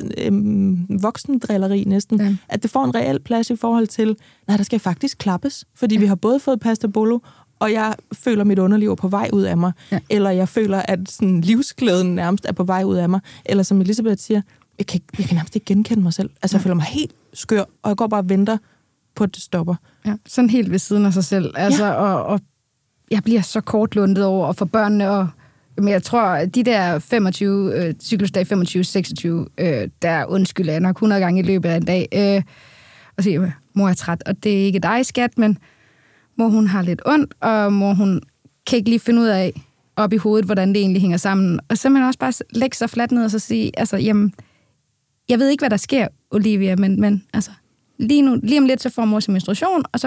øh, voksendrilleri næsten. Ja. At det får en reel plads i forhold til, nej, der skal faktisk klappes. Fordi ja. Vi har både fået pasta bolo, og jeg føler, mit underliv på vej ud af mig. Ja. Eller jeg føler, at sådan, livsglæden nærmest er på vej ud af mig. Eller som Elisabeth siger, jeg kan, jeg kan nærmest ikke genkende mig selv. Altså, ja. Jeg føler mig helt skør, og jeg går bare og venter på, at det stopper. Ja, sådan helt ved siden af sig selv. Altså, ja. og, og jeg bliver så kortlundet over, og for børnene, og men jeg tror, at de der femogtyve, øh, cyklusdag femogtyve seksogtyve, øh, der undskylder jeg nok hundrede gange i løbet af en dag, øh, og siger, mor er træt, og det er ikke dig, skat, men mor hun har lidt ondt, og mor hun kan ikke lige finde ud af op i hovedet, hvordan det egentlig hænger sammen. Og simpelthen også bare lægge sig fladt ned og så sige, altså, jamen, jeg ved ikke, hvad der sker, Olivia, men, men altså, lige nu, lige om lidt, så får mor sin menstruation, og så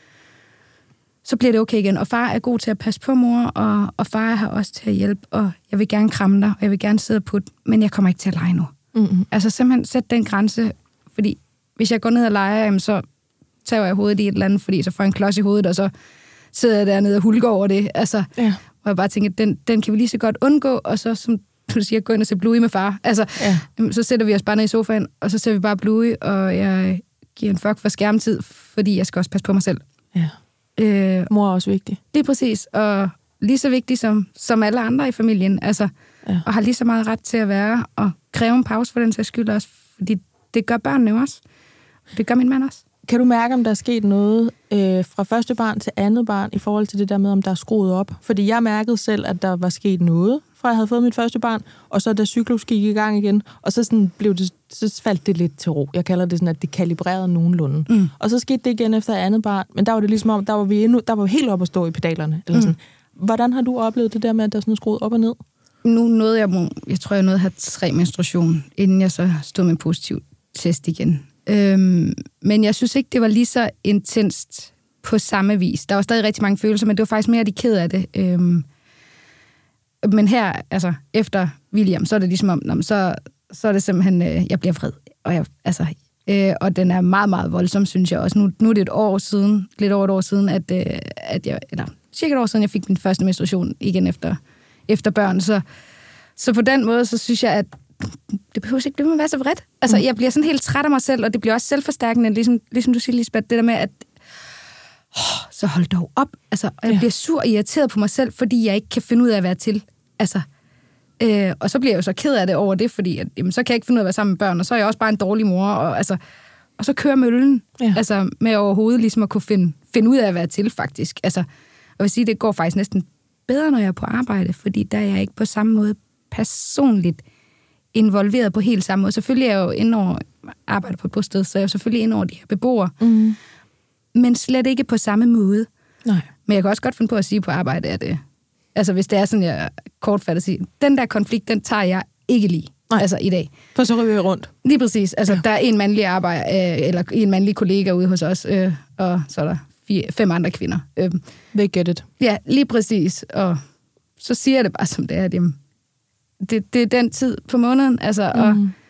så bliver det okay igen. Og far er god til at passe på mor, og, og far er her også til at hjælpe, og jeg vil gerne kramme dig, og jeg vil gerne sidde og putte, men jeg kommer ikke til at lege nu. Mm-hmm. Altså simpelthen sæt den grænse, fordi hvis jeg går ned og leger, jamen, så tager jeg hovedet i et eller andet, fordi så får jeg en klods i hovedet, og så sidder jeg dernede og hulker over det. Altså, ja. Og jeg bare tænker, den, den kan vi lige så godt undgå, og så, som du siger, gå ind og se Bluey med far. Altså, ja. Så sætter vi os bare ned i sofaen, og så ser vi bare Bluey, og jeg giver en fuck for skærmtid, fordi jeg skal også passe på mig selv. Ja. Øh, Mor er også vigtig. Det er præcis, og lige så vigtig som, som alle andre i familien, altså, ja. Og har lige så meget ret til at være, og kræve en pause for den sags skyld også, fordi det gør børnene jo også. Det gør min mand også. Kan du mærke, om der er sket noget øh, fra første barn til andet barn, i forhold til det der med, om der er skruet op? Fordi jeg mærkede selv, at der var sket noget, fra jeg havde fået mit første barn, og så da cyklus gik i gang igen, og så, sådan blev det, så faldt det lidt til ro. Jeg kalder det sådan, at det kalibrerede nogenlunde. Mm. Og så skete det igen efter andet barn, men der var det ligesom om, der var vi endnu, der var vi helt op at stå i pedalerne. Eller sådan. Mm. Hvordan har du oplevet det der med, at der er sådan skruet op og ned? Nu nåede jeg, jeg tror, jeg nåede at have tre menstruation, inden jeg så stod med en positiv test igen. Øhm, men jeg synes ikke, det var lige så intenst på samme vis. Der var stadig rigtig mange følelser, men det var faktisk mere, de ked af det. Øhm, men her, altså, efter William, så er det ligesom om, så, så er det simpelthen, øh, jeg bliver vred. Og, jeg, altså, øh, og den er meget, meget voldsom, synes jeg også. Nu, nu er det et år siden, lidt over et år siden, at, øh, at jeg, eller cirka et år siden, jeg fik min første menstruation igen efter, efter børn. Så, så på den måde, så synes jeg, at det behøver ikke blive med at være så vredt. Altså, mm. jeg bliver sådan helt træt af mig selv, og det bliver også selvforstærkende, ligesom, ligesom du siger, Lisbeth, det der med, at oh, så hold dog op. Altså, og jeg ja. bliver sur og irriteret på mig selv, fordi jeg ikke kan finde ud af at være til. Altså, øh, og så bliver jeg jo så ked af det over det, fordi at, jamen, så kan jeg ikke finde ud af at være sammen med børn, og så er jeg også bare en dårlig mor, og, altså, og så kører møllen ja. altså, med overhovedet ligesom at kunne finde, finde ud af at være til, faktisk. Altså, og jeg vil sige, det går faktisk næsten bedre, når jeg er på arbejde, fordi der er jeg ikke på samme måde personligt involveret på helt samme måde. Selvfølgelig er jeg jo inde over arbejde på et bosted, så er jeg jo selvfølgelig inde over de her beboere. Mm. Men slet ikke på samme måde. Nej. Men jeg kan også godt finde på at sige på arbejde, at øh, altså, hvis det er sådan, jeg kortfattet siger, den der konflikt, den tager jeg ikke lige altså, i dag. For så ryger vi rundt. Lige præcis. Altså, ja. Der er en mandlig arbejde, øh, eller en mandlig kollega ude hos os, øh, og så er der fire, fem andre kvinder. Øh, They get it. Ja, lige præcis. Og så siger jeg det bare som det er, at jamen, det, det er den tid på måneden, altså, mm. og,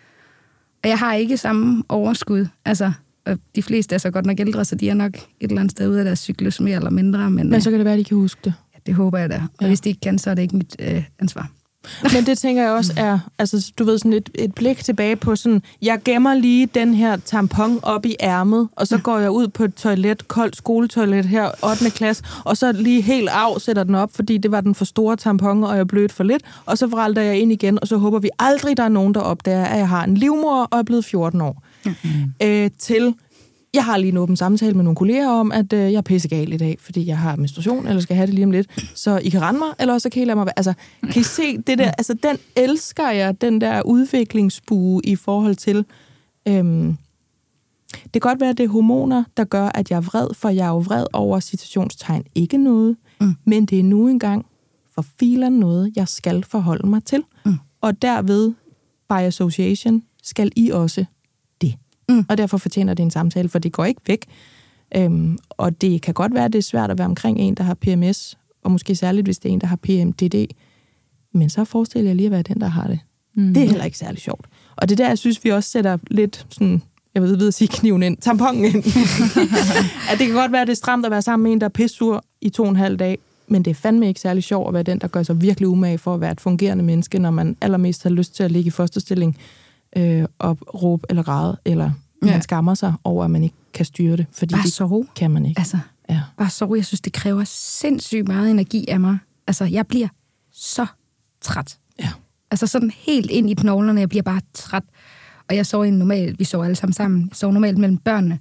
og jeg har ikke samme overskud, altså, og de fleste er så godt nok ældre, så de er nok et eller andet sted ude af deres cyklus, mere eller mindre. Men, men så kan det være, at de kan huske det. Ja, det håber jeg da. Og ja. Hvis de ikke kan, så er det ikke mit øh, ansvar. Men det tænker jeg også er, altså du ved, sådan et, et blik tilbage på sådan, jeg gemmer lige den her tampon op i ærmet, og så går jeg ud på et toilet, koldt skoletoilet her, ottende klasse, og så lige helt af sætter den op, fordi det var den for store tampon, og jeg blødt for lidt, og så vralter jeg ind igen, og så håber vi aldrig, der er nogen, der opdager, at jeg har en livmor, og er blevet fjorten år. Mm-hmm. Øh, til... Jeg har lige en åben samtale med nogle kolleger om, at øh, jeg er pissegal i dag, fordi jeg har menstruation, eller skal have det lige om lidt. Så I kan rende mig, eller så kan I lade mig være. Altså, kan I se det der? Altså, den elsker jeg, den der udviklingsbue i forhold til... Øhm, det kan godt være, at det er hormoner, der gør, at jeg er vred, for jeg er jo vred over citationstegn ikke noget, mm. men det er nu engang for filer noget, jeg skal forholde mig til. Mm. Og derved, by association, skal I også det. Mm. Og derfor fortjener det en samtale, for det går ikke væk. Øhm, og det kan godt være, at det er svært at være omkring en, der har P M S, og måske særligt, hvis det er en, der har P M D D. Men så forestiller jeg lige at være den, der har det. Mm. Det er heller ikke særlig sjovt. Og det der, jeg synes, vi også sætter lidt sådan, jeg ved, ved at sige kniven ind, tamponen ind. At det kan godt være, at det er stramt at være sammen med en, der er pissur i to og en halv dag, men det er fandme ikke særlig sjovt at være den, der gør sig virkelig umage for at være et fungerende menneske, når man allermest har lyst til at ligge i fosterstilling øh, og råbe eller græde, eller ja. Man skammer sig over, at man ikke kan styre det, fordi bare det sove. Kan man ikke. Altså, ja. Bare sove. Jeg synes, det kræver sindssygt meget energi af mig. Altså, jeg bliver så træt. Ja. Altså sådan helt ind i knoglerne, jeg bliver bare træt. Og jeg sover normalt, vi sover alle sammen sammen, jeg sover normalt mellem børnene.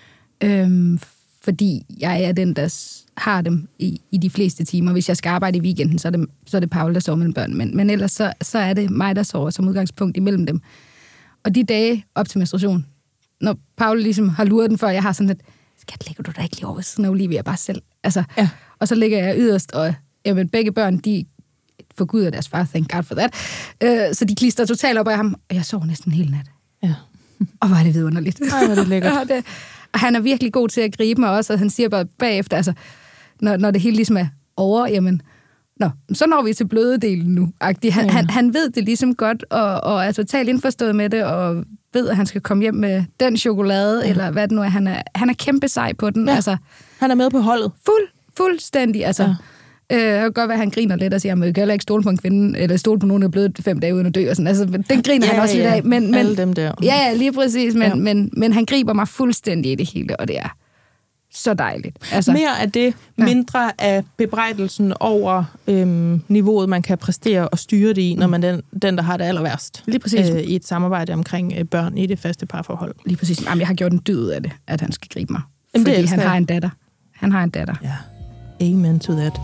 Øhm, fordi jeg er den, der har dem i, i de fleste timer. Hvis jeg skal arbejde i weekenden, så er det, så er det Paul, der sover mellem børnene. Men, men ellers så, så er det mig, der sover som udgangspunkt imellem dem. Og de dage op til menstruation, når Paul ligesom har luret den før, jeg har sådan lidt, skat, ligger du da ikke lige over sådan Olivia bare selv? Altså, ja. Og så ligger jeg yderst, og jamen, begge børn, de forguder deres far, thank God for that. Uh, så de klister totalt op af ham, og jeg sover næsten hele nat. Ja. Og hvor er det vidunderligt. Ej, hvor er det lækkert. og, det, og han er virkelig god til at gribe mig også, og han siger bare bagefter, altså, når, når det hele ligesom er over, jamen, nå, så når vi til blødedelen nu. Han, ja. han, han ved det ligesom godt, og, og er totalt indforstået med det, og ved, at han skal komme hjem med den chokolade, ja. Eller hvad det nu er. Han er, han er kæmpe sej på den. Ja. Altså, han er med på holdet. Fuld, fuldstændig, altså. Ja. Øh, det kan godt være, at han griner lidt og siger, at man kan heller ikke stole på en kvinde, eller stole på nogen, der er blevet fem dage uden at dø. Og sådan. Altså, den griner ja, han også ja. Lidt af. Men, men, alle dem der. Ja, ja, lige præcis. Men, ja. men, men han griber mig fuldstændig i det hele, og det er så dejligt. Altså, mere af det, mindre ja. Af bebrejdelsen over øhm, niveauet, man kan præstere og styre det i, når man er den, den, der har det aller værst. Lige præcis. Øh, I et samarbejde omkring øh, børn i det faste parforhold. Lige præcis. Jamen, jeg har gjort en dyd af det, at han skal gribe mig. Jamen, fordi han har en datter. Han har en datter. Ja. Amen to that.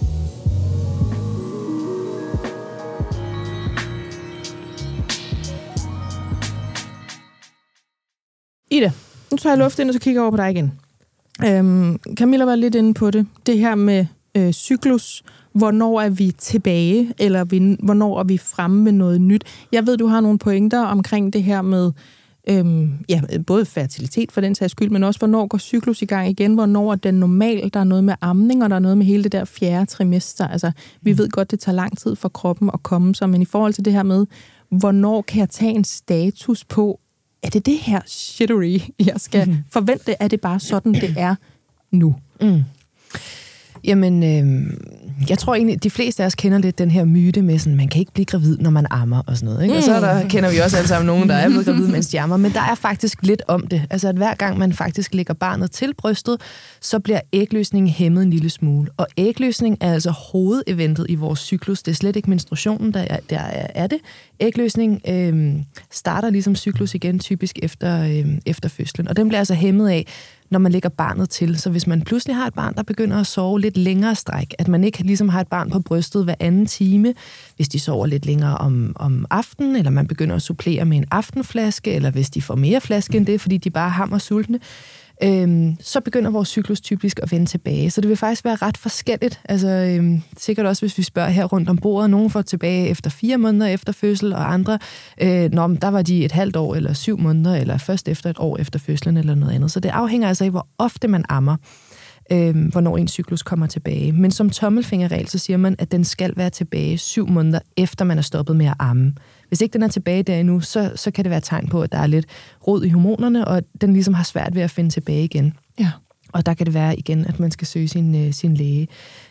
Ida, nu tager jeg luft ind, og så kigger jeg over på dig igen. Øhm, Camilla var lidt inde på det. Det her med øh, cyklus. Hvornår er vi tilbage, eller vi, hvornår er vi fremme med noget nyt? Jeg ved, du har nogle pointer omkring det her med øhm, ja, både fertilitet for den sags skyld, men også hvornår går cyklus i gang igen? Hvornår er den normal? Der er noget med amning, og der er noget med hele det der fjerde trimester. Altså, vi ved godt, det tager lang tid for kroppen at komme sig, men i forhold til det her med, hvornår kan jeg tage en status på, er det det her shittery, jeg skal mm-hmm. forvente? Er det bare sådan, det er nu? Mm. Jamen, øh, jeg tror egentlig, de fleste af os kender lidt den her myte med, sådan, man kan ikke blive gravid, når man ammer og sådan noget. Ikke? Mm. Og så der, kender vi også alle sammen nogen, der er blevet gravid, mens de ammer. Men der er faktisk lidt om det. Altså, at hver gang man faktisk lægger barnet til brystet, så bliver ægløsningen hæmmet en lille smule. Og ægløsning er altså hovedeventet i vores cyklus. Det er slet ikke menstruationen, der er, der er det. Ægløsning øh, starter ligesom cyklus igen, typisk efter, øh, efter fødslen. Og den bliver altså hæmmet af, når man lægger barnet til. Så hvis man pludselig har et barn, der begynder at sove lidt længere stræk, at man ikke ligesom har et barn på brystet hver anden time, hvis de sover lidt længere om, om aftenen, eller man begynder at supplere med en aftenflaske, eller hvis de får mere flaske end det, fordi de bare hammer sultne, øhm, så begynder vores cyklus typisk at vende tilbage. Så det vil faktisk være ret forskelligt. Altså, øhm, sikkert også, hvis vi spørger her rundt om bordet. Nogle får tilbage efter fire måneder efter fødsel, og andre, øh, når der var de et halvt år, eller syv måneder, eller først efter et år efter fødslen, eller noget andet. Så det afhænger altså af, hvor ofte man ammer, øh, hvornår en cyklus kommer tilbage. Men som tommelfingerregel, så siger man, at den skal være tilbage syv måneder, efter man er stoppet med at amme. Hvis ikke den er tilbage der endnu, så, så kan det være et tegn på, at der er lidt rod i hormonerne, og den ligesom har svært ved at finde tilbage igen. Ja. Og der kan det være igen, at man skal søge sin, øh, sin læge.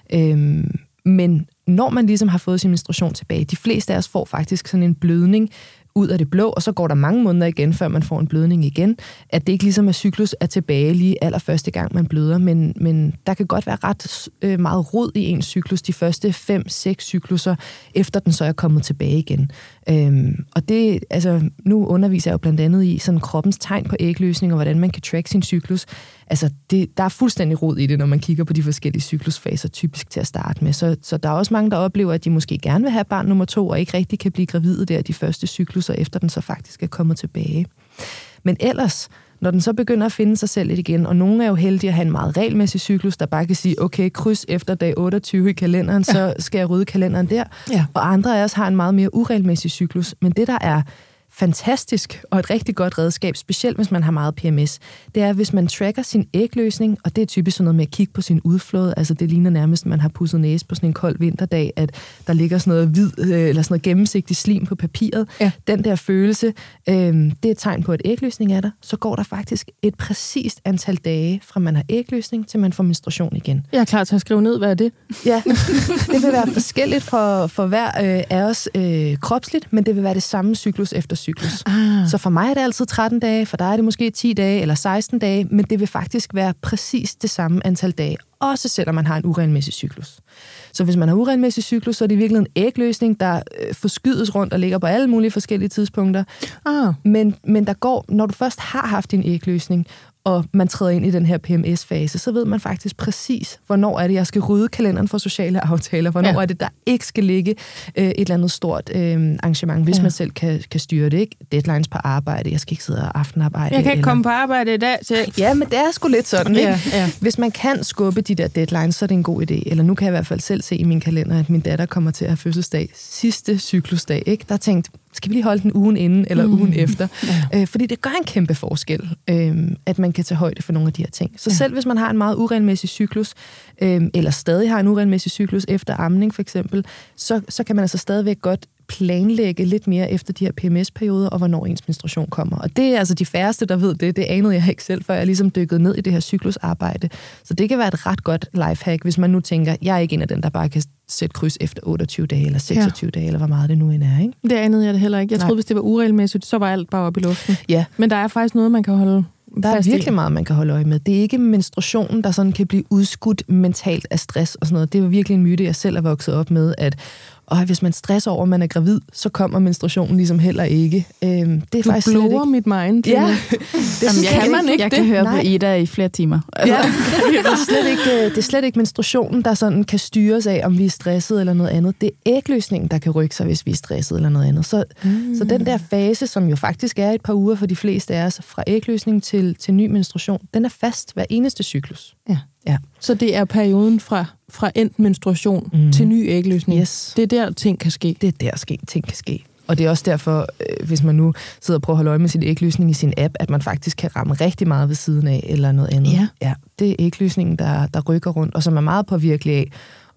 Øhm, men når man ligesom har fået sin menstruation tilbage, de fleste af os får faktisk sådan en blødning ud af det blå, og så går der mange måneder igen, før man får en blødning igen, at det ikke ligesom er cyklus er tilbage lige allerførste gang, man bløder, men, men der kan godt være ret øh, meget rod i ens cyklus de første fem, seks cykluser, efter den så er kommet tilbage igen. Øhm, og det, altså, nu underviser jeg jo blandt andet i sådan kroppens tegn på ægløsning, og hvordan man kan track sin cyklus. Altså, det, der er fuldstændig rod i det, når man kigger på de forskellige cyklusfaser, typisk til at starte med. Så, så der er også mange, der oplever, at de måske gerne vil have barn nummer to, og ikke rigtig kan blive gravide der de første cykluser, efter den så faktisk er kommet tilbage. Men ellers, når den så begynder at finde sig selv lidt igen, og nogle er jo heldige at have en meget regelmæssig cyklus, der bare kan sige, okay, kryds efter dag otteogtyve i kalenderen, ja. Så skal jeg rydde kalenderen der. Ja. Og andre af os har en meget mere uregelmæssig cyklus. Men det, der er fantastisk og et rigtig godt redskab, specielt hvis man har meget P M S, det er, hvis man tracker sin ægløsning, og det er typisk sådan noget med at kigge på sin udflåde, altså det ligner nærmest, at man har pudset næse på sådan en kold vinterdag, at der ligger sådan noget hvid, eller sådan noget gennemsigtigt slim på papiret. Ja. Den der følelse, øh, det er et tegn på, at ægløsning er der. Så går der faktisk et præcist antal dage, fra man har ægløsning, til man får menstruation igen. Jeg er klar til at skrive ned, hvad er det? Ja, det vil være forskelligt for, for hver øh, af os øh, kropsligt, men det vil være det samme cyklus efter cyklus. Ah. Så for mig er det altid tretten dage, for der er det måske ti dage eller seksten dage, men det vil faktisk være præcis det samme antal dage, også selvom man har en uregelmæssig cyklus. Så hvis man har uregelmæssig cyklus, så er det virkelig en ægløsning, der øh, forskydes rundt og ligger på alle mulige forskellige tidspunkter. Ah. Men, men der går, når du først har haft en ægløsning, og man træder ind i den her P M S-fase, så ved man faktisk præcis, hvornår er det, jeg skal rydde kalenderen for sociale aftaler, hvornår ja. er det, der ikke skal ligge øh, et eller andet stort øh, arrangement, hvis ja. man selv kan, kan styre det, ikke? Deadlines på arbejde, jeg skal ikke sidde og aftenarbejde. Jeg kan ikke eller... komme på arbejde i dag. Så... Ja, men det er sgu lidt sådan, ikke? Ja, ja. Hvis man kan skubbe de der deadlines, så er det en god idé. Eller nu kan jeg i hvert fald selv se i min kalender, at min datter kommer til at have fødselsdag sidste cyklusdag, ikke? Der er tænkt, skal vi lige holde den ugen inden eller mm. ugen efter? Ja. Øh, fordi det gør en kæmpe forskel, øh, at man kan tage højde for nogle af de her ting. Så ja. selv hvis man har en meget uregelmæssig cyklus, øh, eller stadig har en uregelmæssig cyklus efter amning for eksempel, så, så kan man altså stadigvæk godt planlægge lidt mere efter de her P M S-perioder, og hvornår ens menstruation kommer. Og det er altså de færreste, der ved det. Det anede jeg ikke selv, før jeg ligesom dykkede ned i det her cyklusarbejde. Så det kan være et ret godt lifehack, hvis man nu tænker, jeg er ikke en af dem, der bare kan sætte kryds efter otteogtyve dage, eller seksogtyve ja. dage, eller hvor meget det nu end er, ikke? Det anede jeg det heller ikke. Jeg Nej. troede, hvis det var uregelmæssigt, så var alt bare oppe i luften. Ja. Men der er faktisk noget, man kan holde Der er virkelig meget, man kan holde øje med. Det er ikke menstruationen, der sådan kan blive udskudt mentalt af stress og sådan noget. Det er virkelig en myte, jeg selv er vokset op med, at og hvis man stresser over, at man er gravid, så kommer menstruationen ligesom heller ikke. Øhm, det er du faktisk blower mit mind. Ja. det Jamen, jeg kan man ikke Jeg det? kan høre Nej. på Ida i flere timer. Altså. Ja. det, er slet ikke, det er slet ikke menstruationen, der sådan kan styres af, om vi er stresset eller noget andet. Det er ægløsningen, der kan rykke sig, hvis vi er stresset eller noget andet. Så, mm. så den der fase, som jo faktisk er et par uger for de fleste af os, fra ægløsning til, til ny menstruation, den er fast hver eneste cyklus. Ja. Ja. Så det er perioden fra, fra endt menstruation mm. til ny ægløsning. Yes. Det er der, ting kan ske. Det er der, ske, ting kan ske. Og det er også derfor, øh, hvis man nu sidder og prøver at holde øje med sin ægløsning i sin app, at man faktisk kan ramme rigtig meget ved siden af, eller noget andet. Ja. Ja, det er ægløsningen, der, der rykker rundt, og som er meget påvirkelig af,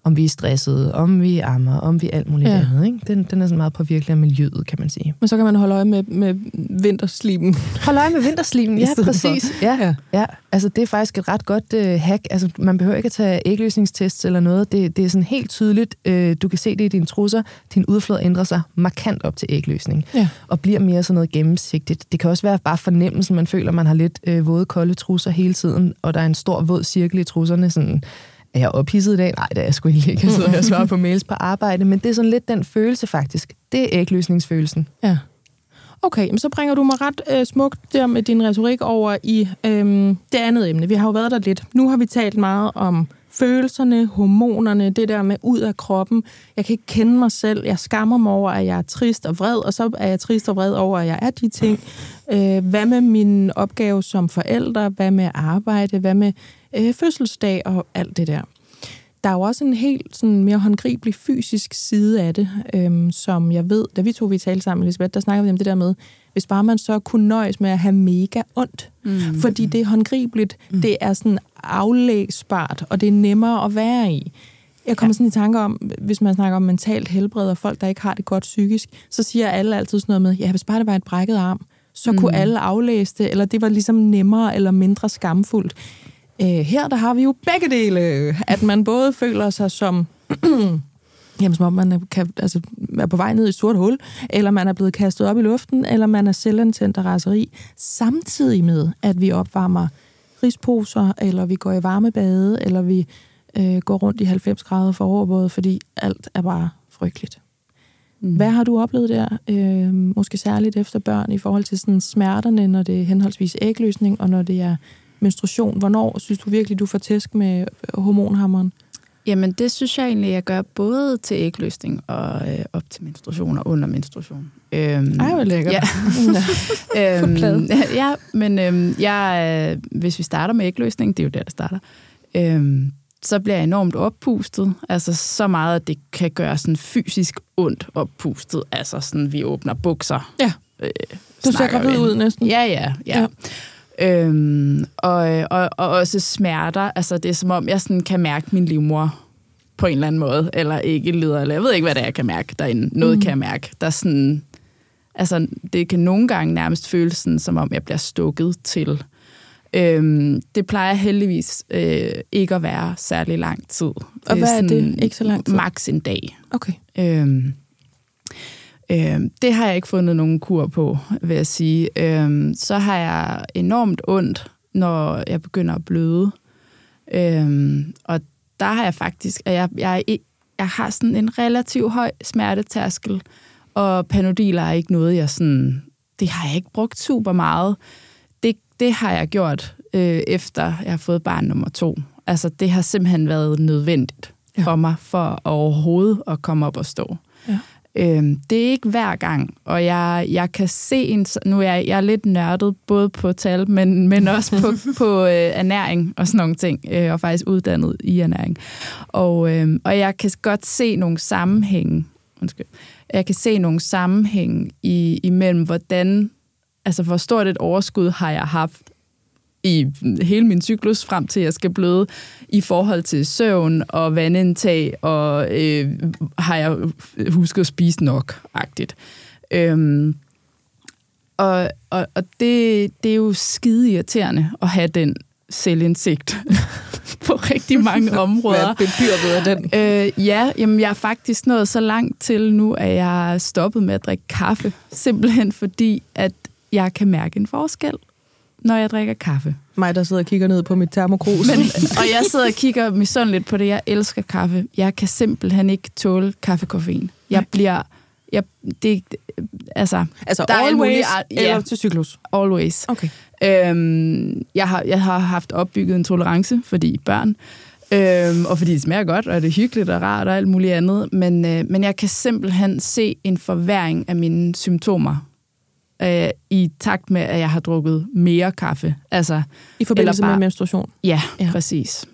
om vi er stressede, om vi ammer, om vi alt muligt Ja. andet. Ikke? Den, den er sådan meget påvirkelig af miljøet, kan man sige. Men så kan man holde øje med, med vinterslimen. Hold øje med vinterslimen, ja, stedet præcis. Ja, Ja. ja, altså det er faktisk et ret godt uh, hack. Altså, man behøver ikke at tage ægløsningstests eller noget. Det, det er sådan helt tydeligt. Uh, du kan se det i dine trusser. Din udflod ændrer sig markant op til ægløsning. Ja. Og bliver mere sådan noget gennemsigtigt. Det kan også være bare fornemmelsen, man føler, man har lidt uh, våde, kolde trusser hele tiden, og der er en stor våd cirkel i trusserne. Sådan, er jeg ophidset i dag? Nej, det er jeg sgu ikke. Jeg sidder og svarer på mails på arbejde. Men det er sådan lidt den følelse faktisk. Det er ægløsningsfølelsen. Ja. Okay, men så bringer du mig ret øh, smukt der med din retorik over i øh, det andet emne. Vi har jo været der lidt. Nu har vi talt meget om følelserne, hormonerne, det der med ud af kroppen. Jeg kan ikke kende mig selv. Jeg skammer mig over, at jeg er trist og vred, og så er jeg trist og vred over, at jeg er de ting. Øh, hvad med min opgave som forælder? Hvad med arbejde? Hvad med øh, fødselsdag og alt det der? Der er jo også en helt sådan, mere håndgribelig fysisk side af det, øhm, som jeg ved, da vi to vi talte sammen, Elisabeth, der snakkede vi om det der med, hvis bare man så kunne nøjes med at have mega ondt, mm. fordi det er håndgribeligt, mm. det er sådan aflægsbart, og det er nemmere at være i. Jeg kommer ja. sådan i tanker om, hvis man snakker om mentalt helbred og folk, der ikke har det godt psykisk, så siger alle altid sådan noget med, ja, hvis bare det var et brækket arm, så mm. kunne alle aflæse det, eller det var ligesom nemmere eller mindre skamfuldt. Uh, her der har vi jo begge dele, at man både føler sig som, jamen, som om man er, kan, altså, er på vej ned i et sort hul, eller man er blevet kastet op i luften, eller man er selvantændt og raseri, samtidig med, at vi opvarmer risposer, eller vi går i varmebade, eller vi uh, går rundt i halvfems grader for overvåget, fordi alt er bare frygteligt. Mm. Hvad har du oplevet der, øh, måske særligt efter børn, i forhold til sådan smerterne, når det er henholdsvis ægløsning, og når det er menstruation? Hvornår synes du virkelig, du får tæsk med hormonhammeren? Jamen, det synes jeg egentlig, jeg gør både til ægløsning og øh, op til menstruation og under menstruation. Øhm, Ej, hvor lækkert. Ja, øhm, ja men øhm, jeg, hvis vi starter med ægløsning, det er jo der, det starter, øhm, så bliver jeg enormt oppustet. Altså så meget, at det kan gøre sådan fysisk ondt oppustet. Altså sådan, vi åbner bukser. Ja, øh, du ser gravid ud næsten. Ja, ja, ja. ja. Øhm, og, og, og også smerter. Altså, det er som om, jeg sådan kan mærke min livmor på en eller anden måde, eller ikke lider, eller jeg ved ikke, hvad det er, jeg kan mærke derinde. Noget mm. kan jeg mærke. Der er sådan, altså, det kan nogle gange nærmest føles sådan, som om jeg bliver stukket til. Øhm, det plejer heldigvis øh, ikke at være særlig lang tid. Og hvad er sådan, det? Ikke så lang tid? Max en dag. Okay. Øhm, øhm, det har jeg ikke fundet nogen kur på, vil jeg sige. Øhm, så har jeg enormt ondt, når jeg begynder at bløde. Øhm, og der har jeg faktisk, at jeg, jeg, jeg har sådan en relativt høj smertetærskel, og Panodiler er ikke noget, jeg sådan, det har jeg ikke brugt super meget. Det, det har jeg gjort, øh, efter jeg har fået barn nummer to. Altså, det har simpelthen været nødvendigt ja. for mig, for overhovedet at komme op og stå. Ja. Øhm, det er ikke hver gang, og jeg, jeg kan se en... Nu er jeg, jeg er lidt nørdet, både på tal, men, men også på, på øh, ernæring og sådan nogle ting, øh, og faktisk uddannet i ernæring. Og, øh, og jeg kan godt se nogle sammenhænge, undskyld, jeg kan se nogle sammenhænge i, imellem, hvordan... Altså, hvor stort et overskud har jeg haft i hele min cyklus, frem til jeg skal bløde, i forhold til søvn og vandindtag, og øh, har jeg husket at spise nok-agtigt. Øhm, og og, og det, det er jo skide irriterende at have den selvindsigt på rigtig mange områder. Hvad bebyrdet af den? Øh, ja, jamen jeg er faktisk nået så langt til nu, at jeg er stoppet med at drikke kaffe. Simpelthen fordi, at jeg kan mærke en forskel, når jeg drikker kaffe. Mig, der sidder og kigger ned på mit termokrus. Men, og jeg sidder og kigger misundeligt på det. Jeg elsker kaffe. Jeg kan simpelthen ikke tåle kaffekoffein. Jeg bliver... Jeg, det, altså, altså der always, mulige, eller ja, til cyklus? Always. Okay. Øhm, jeg, har, jeg har haft opbygget en tolerance, fordi børn, øhm, og fordi det smager godt, og det er hyggeligt og rart og alt muligt andet, men, øh, men jeg kan simpelthen se en forværring af mine symptomer, Øh, i takt med, at jeg har drukket mere kaffe. Altså, I forbindelse bare, med menstruation? Ja, ja, præcis.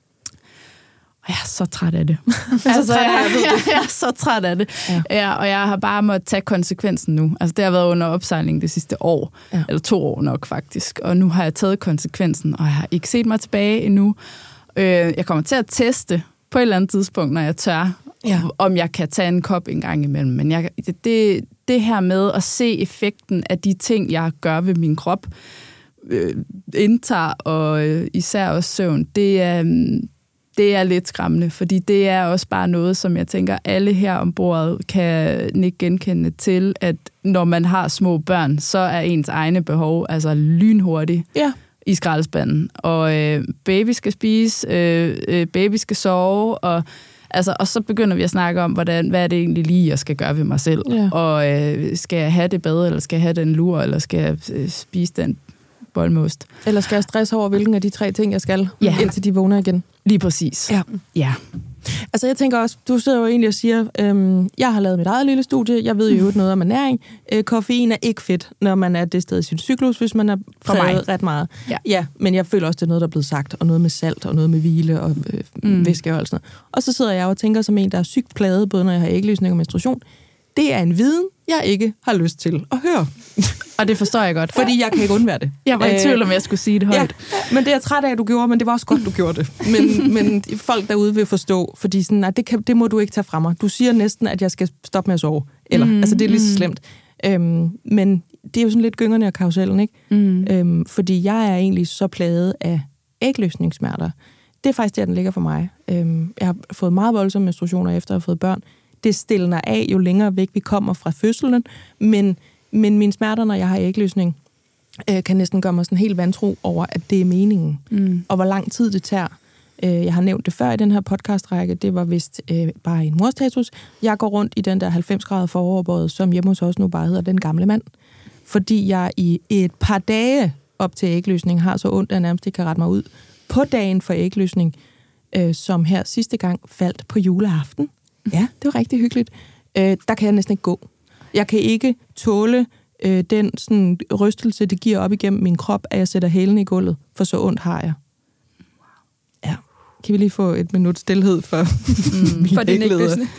Og jeg er så træt af det. altså, jeg, jeg, jeg er så træt af det. Ja. Ja, og jeg har bare måttet tage konsekvensen nu. Altså, det har været under opsejling det sidste år. Ja. Eller to år nok, faktisk. Og nu har jeg taget konsekvensen, og jeg har ikke set mig tilbage endnu. Øh, jeg kommer til at teste på et eller andet tidspunkt, når jeg tør, ja. om jeg kan tage en kop en gang imellem. Men jeg, det, det her med at se effekten af de ting, jeg gør ved min krop, øh, indtager og øh, især også søvn, det er, det er lidt skræmmende, fordi det er også bare noget, som jeg tænker, alle her ombord kan ikke genkende til, at når man har små børn, så er ens egne behov altså lynhurtigt. Ja. I skraldespanden, og øh, baby skal spise, øh, øh, baby skal sove, og, altså, og så begynder vi at snakke om, hvordan, hvad er det egentlig lige, jeg skal gøre ved mig selv, ja. og øh, skal jeg have det bad, eller skal jeg have den lur, eller skal jeg øh, spise den boldmost. Eller skal jeg stresse over, hvilken af de tre ting, jeg skal, ja. indtil de vågner igen. Lige præcis. Ja. ja. Altså jeg tænker også, du sidder jo egentlig og siger, øhm, jeg har lavet mit eget lille studie, jeg ved jo noget om ernæring. Øh, koffein er ikke fedt, når man er det sted i sin cyklus, hvis man er præget ret meget. Ja. ja, men jeg føler også, det er noget, der er blevet sagt, og noget med salt, og noget med hvile, og øh, mm. væske og alt sådan noget. Og så sidder jeg og tænker som en, der er sygt plaget, både når jeg har ægløsning og menstruation. Det er en viden, jeg ikke har lyst til at høre. Og det forstår jeg godt. Fordi jeg kan ikke undvære det. Jeg var i tvivl om, jeg skulle sige det højt. Ja, men det er jeg træt af, at du gjorde, men det var også godt, du gjorde det. Men, men folk derude vil forstå, fordi sådan, nej, det, kan, det må du ikke tage fra mig. Du siger næsten, at jeg skal stoppe med at sove. Eller, mm, altså det er lige så slemt. Øhm, men det er jo sådan lidt gyngerne og karusellen, ikke? Mm. Øhm, fordi jeg er egentlig så plaget af ægløsningssmerter. Det er faktisk der, den ligger for mig. Øhm, jeg har fået meget voldsomme menstruationer efter at have fået børn. Det stiller af, jo længere væk vi kommer fra fødslen, men, men mine smerter, når jeg har ægløsning, øh, kan næsten gøre mig sådan helt vantro over, at det er meningen, mm. og hvor lang tid det tager. Øh, jeg har nævnt det før i den her podcastrække, det var vist øh, bare en morstatus. Jeg går rundt i den der halvfems grader foroverbøjet, som hjemme hos os nu bare hedder den gamle mand, fordi jeg i et par dage op til ægløsning har så ondt, at jeg nærmest ikke kan rette mig ud. På dagen for ægløsning, øh, som her sidste gang faldt på juleaften. Ja, det var rigtig hyggeligt. Øh, der kan jeg næsten ikke gå. Jeg kan ikke tåle øh, den sådan, rystelse, det giver op igennem min krop, at jeg sætter hælene i gulvet, for så ondt har jeg. Ja. Kan vi lige få et minut stilhed for mm, min for din ægløsning?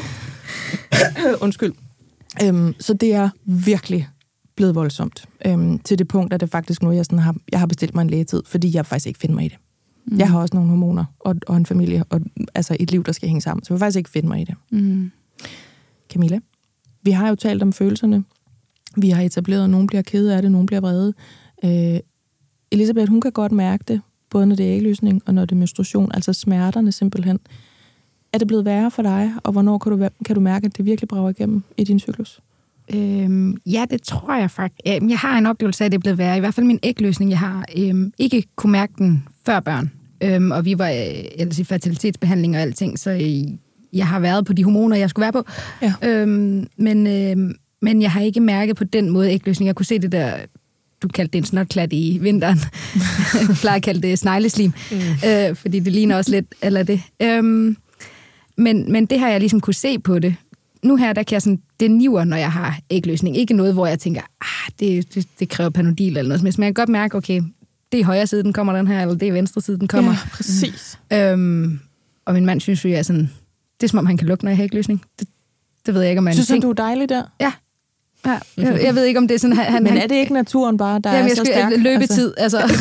Undskyld. Øhm, så det er virkelig blevet voldsomt. Øhm, til det punkt, at det faktisk nu, jeg, sådan har, jeg har bestilt mig en lægetid, fordi jeg faktisk ikke finder mig i det. Mm. Jeg har også nogle hormoner og, og en familie, og altså et liv, der skal hænge sammen. Så jeg vil faktisk ikke finde mig i det. Mm. Camilla, vi har jo talt om følelserne. Vi har etableret, at nogen bliver kede af det, nogen bliver vrede. Øh, Elisabeth, hun kan godt mærke det, både når det er ægløsning og når det er menstruation, altså smerterne simpelthen. Er det blevet værre for dig, og hvornår kan du, kan du mærke, at det virkelig brager igennem i din cyklus? Øhm, ja, det tror jeg faktisk. Jeg har en oplevelse af, at det er blevet værre. I hvert fald min ægløsning. Jeg har øhm, ikke kunne mærke den før børn. Øhm, og vi var øh, ellers i fertilitetsbehandling og alting, så øh, jeg har været på de hormoner, jeg skulle være på. Ja. Øhm, men, øh, men jeg har ikke mærket på den måde ægløsning. Jeg kunne se det der, du kaldte det en snotklat i vinteren. Jeg plejer at kalde det snegleslim, mm. øh, fordi det ligner også lidt, eller det. Øhm, men, men det har jeg ligesom kunne se på det. Nu her, der kan jeg sådan, det niver, når jeg har ægløsning. Ikke noget, hvor jeg tænker, ah, det, det, det kræver Panodil eller noget. Men jeg kan godt mærke, okay, det er højre side, den kommer den her, eller det er venstre side, den kommer. Ja, præcis. Øhm, og min mand synes jo, jeg er sådan, det er som om, han kan lugte, når jeg har ægløsning. Det, det ved jeg ikke, om man synes han, du er dejlig der? Ja. ja jeg, jeg ved ikke, om det er sådan, han... Men er det ikke naturen bare, der jamen, er så stærk? Løbetid, altså. altså.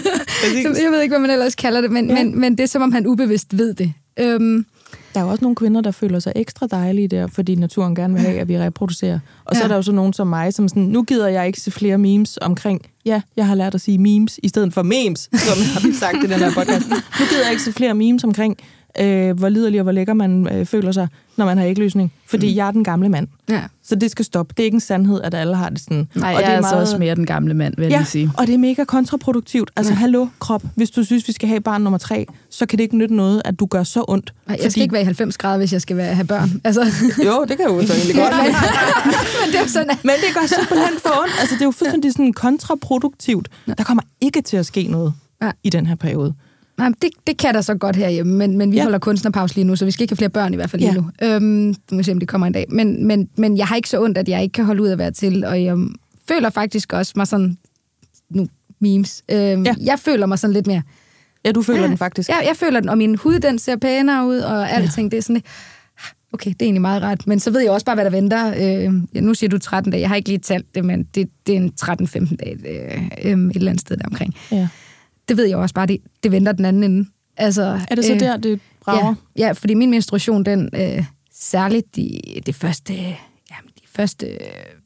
Jeg ved ikke, hvad man ellers kalder det, men, ja. men, men det er som om, han ubevidst ved det. Øhm, Der er jo også nogle kvinder, der føler sig ekstra dejlige der, fordi naturen gerne vil have, at vi reproducerer. Og så ja. er der jo så nogen som mig, som sådan, nu gider jeg ikke se flere memes omkring, ja, jeg har lært at sige memes, i stedet for memes, som har vi sagt i den her podcast. Nu gider jeg ikke se flere memes omkring, øh, hvor liderlig og hvor lækker man øh, føler sig, når man har ægløsning. Fordi mm. jeg er den gamle mand. Ja. Så det skal stoppe. Det er ikke en sandhed, at alle har det sådan. Nej, og jeg det er, er meget... altså også mere den gamle mand, vil ja, jeg sige. Og det er mega kontraproduktivt. Altså, ja. hallo, krop. Hvis du synes, vi skal have barn nummer tre, så kan det ikke nytte noget, at du gør så ondt. Nej, jeg fordi... skal ikke være i halvfems grader, hvis jeg skal være, have børn. Altså... Jo, det kan jo så egentlig godt. Men det er sådan, at... Men det gør simpelthen for ondt. Altså, det er jo fuldstændig sådan kontraproduktivt. Der kommer ikke til at ske noget ja. i den her periode. Nej, det, det kan der så godt herhjemme, men, men vi ja. holder kunstnerpause lige nu, så vi skal ikke have flere børn i hvert fald lige ja. nu. Øhm, du må se, om det kommer en dag. Men, men, men jeg har ikke så ondt, at jeg ikke kan holde ud at være til, og jeg føler faktisk også mig sådan, nu memes, øhm, ja. jeg føler mig sådan lidt mere... Ja, du føler ja, den faktisk. Ja, jeg føler den, og min hud, den ser pænere ud, og alting, ja. det er sådan lidt... Okay, det er egentlig meget ret, men så ved jeg også bare, hvad der venter. Øh, ja, nu siger du tretten dage, jeg har ikke lige talt det, men det, det er en tretten femten dage øh, et eller andet sted der omkring. Ja. Det ved jeg også bare, det, det venter den anden ende. Altså, Er det så øh, der, det brager? Ja, ja, fordi min menstruation, den øh, særligt de, de første, ja, de første øh,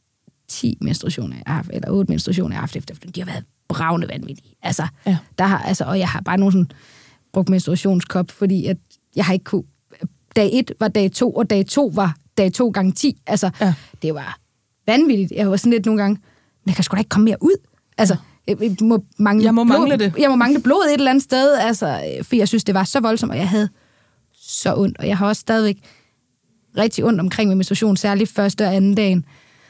ti menstruationer, jeg har haft, eller otte menstruationer, jeg har haft efter, de har været bravende vanvittige. Altså, Ja. der har, altså, og jeg har bare nogen sådan brugt menstruationskop, fordi at jeg har ikke kunne... Dag et var dag to, og dag to var dag to gange ti. Altså, Ja. det var vanvittigt. Jeg var sådan lidt nogle gange, men jeg kan sgu da ikke komme mere ud. Altså, jeg, jeg må mangle Jeg må blod, mangle det. Jeg må mangle blod et eller andet sted, altså, for jeg synes, det var så voldsomt, og jeg havde så ondt. Og jeg har også stadigvæk rigtig ondt omkring min menstruation, særligt første og anden dagen.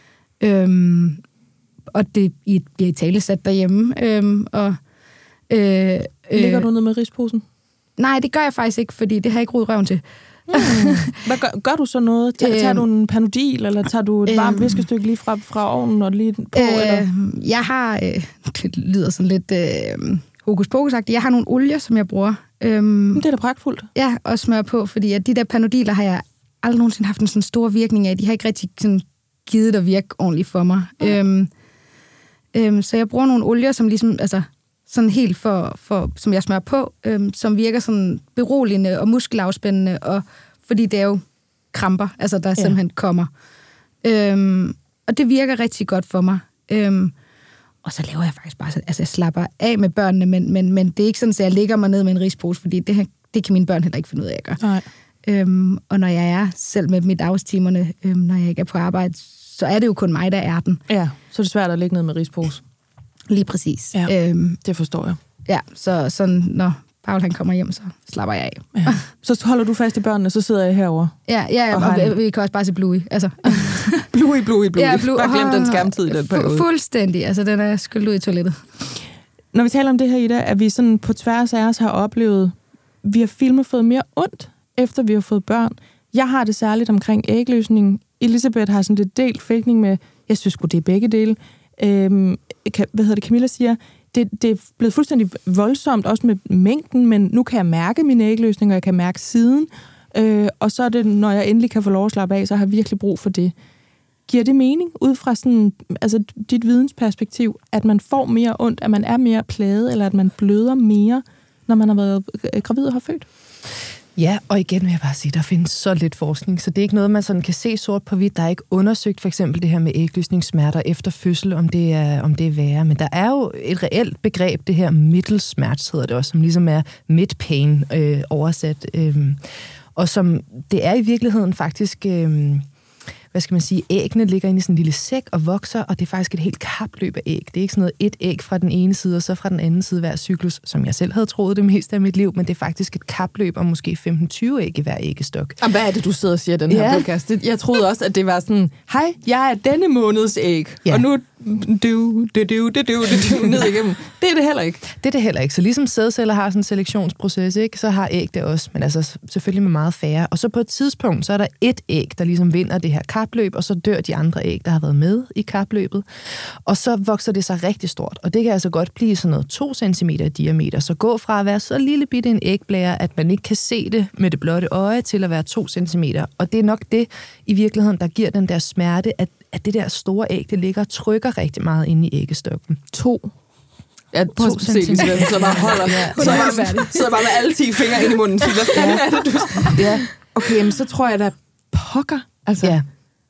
Øhm, og det I bliver i talesat derhjemme. Øhm, og, øh, Ligger øh, du ned med risposen? Nej, det gør jeg faktisk ikke, fordi det har jeg ikke rodet røven til. Mm. Hvad gør, gør du så noget? Tager, tager du en Panodil, eller tager du et varmt viskestykke lige fra, fra ovnen og lige på? Øh, eller? jeg har, øh, det lyder sådan lidt øh, hokus pokus-agtigt, jeg har nogle olier, som jeg bruger. Øhm, Det er da pragtfuldt. ja, og smør på, fordi at de der Panodiler har jeg aldrig nogensinde haft en sådan stor virkning af. De har ikke rigtig sådan givet det at virke ordentligt for mig. Mm. Øhm, øhm, så jeg bruger nogle olier, som ligesom, altså sådan helt for, for som jeg smører på, øhm, som virker sådan beroligende og muskelafspændende, og fordi det er jo kramper, altså der Ja. simpelthen kommer. Øhm, og det virker rigtig godt for mig. Øhm, og så laver jeg faktisk bare, altså jeg slapper af med børnene, men, men, men det er ikke sådan, at jeg ligger mig ned med en rispose, fordi det, her, det kan mine børn heller ikke finde ud af at gøre. Nej. Øhm, og når jeg er selv med mit dagstimerne, øhm, når jeg ikke er på arbejde, så er det jo kun mig, der er den. Ja, så er det svært at ligge ned med rispose. Lige præcis. Ja. Øhm, Det forstår jeg. ja, så sådan, når Paul han kommer hjem, så slapper jeg af. Ja. Så holder du fast i børnene, så sidder jeg herovre. Ja, ja, ja Og og, har og vi, vi kan også bare se Bluey. Altså. Bluey, Bluey, Bluey. Ja, Bluey. Bare glem den skærmtid i den Fu- periode. Fuldstændig. Altså, den er skyldt ud i toilettet. Når vi taler om det her, Ida, at vi sådan på tværs af os har oplevet, vi har filmet fået mere ondt, efter vi har fået børn. Jeg har det særligt omkring ægløsning. Elisabeth har sådan lidt delt fægtning med, jeg synes sgu, det er begge dele. Øhm, hvad hedder det, Camilla siger, det, det er blevet fuldstændig voldsomt, også med mængden, men nu kan jeg mærke min ægløsning, og jeg kan mærke siden. Øh, og så er det, når jeg endelig kan få lov at slappe af, så har jeg virkelig brug for det. Giver det mening, ud fra sådan, altså dit vidensperspektiv, at man får mere ondt, at man er mere plaget, eller at man bløder mere, når man har været gravid og har født? Ja, og igen vil jeg bare sige, der findes så lidt forskning, så det er ikke noget, man sådan kan se sort på hvidt. Der er ikke undersøgt for eksempel det her med ægløsningssmerter efter fødsel, om det er, om det er værre. Men der er jo et reelt begreb, det her middelsmerts hedder det også, som ligesom er mid-pain øh, oversat. Øh, og som det er i virkeligheden faktisk... Øh, hvad skal man sige, æggene ligger inde i sådan en lille sæk og vokser, og det er faktisk et helt kapløb af æg. Det er ikke sådan noget et æg fra den ene side, og så fra den anden side hver cyklus, som jeg selv havde troet det meste af mit liv, men det er faktisk et kapløb om måske femten til tyve æg i hver æggestok. Og hvad er det, du sidder og siger i den her Ja. podcast? Jeg troede også, at det var sådan, hej, jeg er denne måneds æg, Ja. og nu du, du, du, du, du, du, ned igennem. Det er det heller ikke. Det er det heller ikke. Så ligesom sædceller har sådan en selektionsproces, ikke, så har æg det også, men altså selvfølgelig med meget færre. Og så på et tidspunkt, så er der et æg, der ligesom vinder det her kapløb, og så dør de andre æg, der har været med i kapløbet. Og så vokser det sig rigtig stort, og det kan altså godt blive sådan noget to centimeter i diameter. Så gå fra at være så lille bitte en ægblære, at man ikke kan se det med det blotte øje, til at være to centimeter. Og det er nok det i virkeligheden, der giver den der smerte, at, at det der store æg, det ligger og trykker rigtig meget inde i æggestokken. To. Ja, prøv To at se, Elisabeth, så bare holder. Ja. Så bare, så bare med alle ti fingre ind i munden. Så hvad fanden er det, du... Ja. Okay, men så tror jeg, der pokker. Altså, Ja.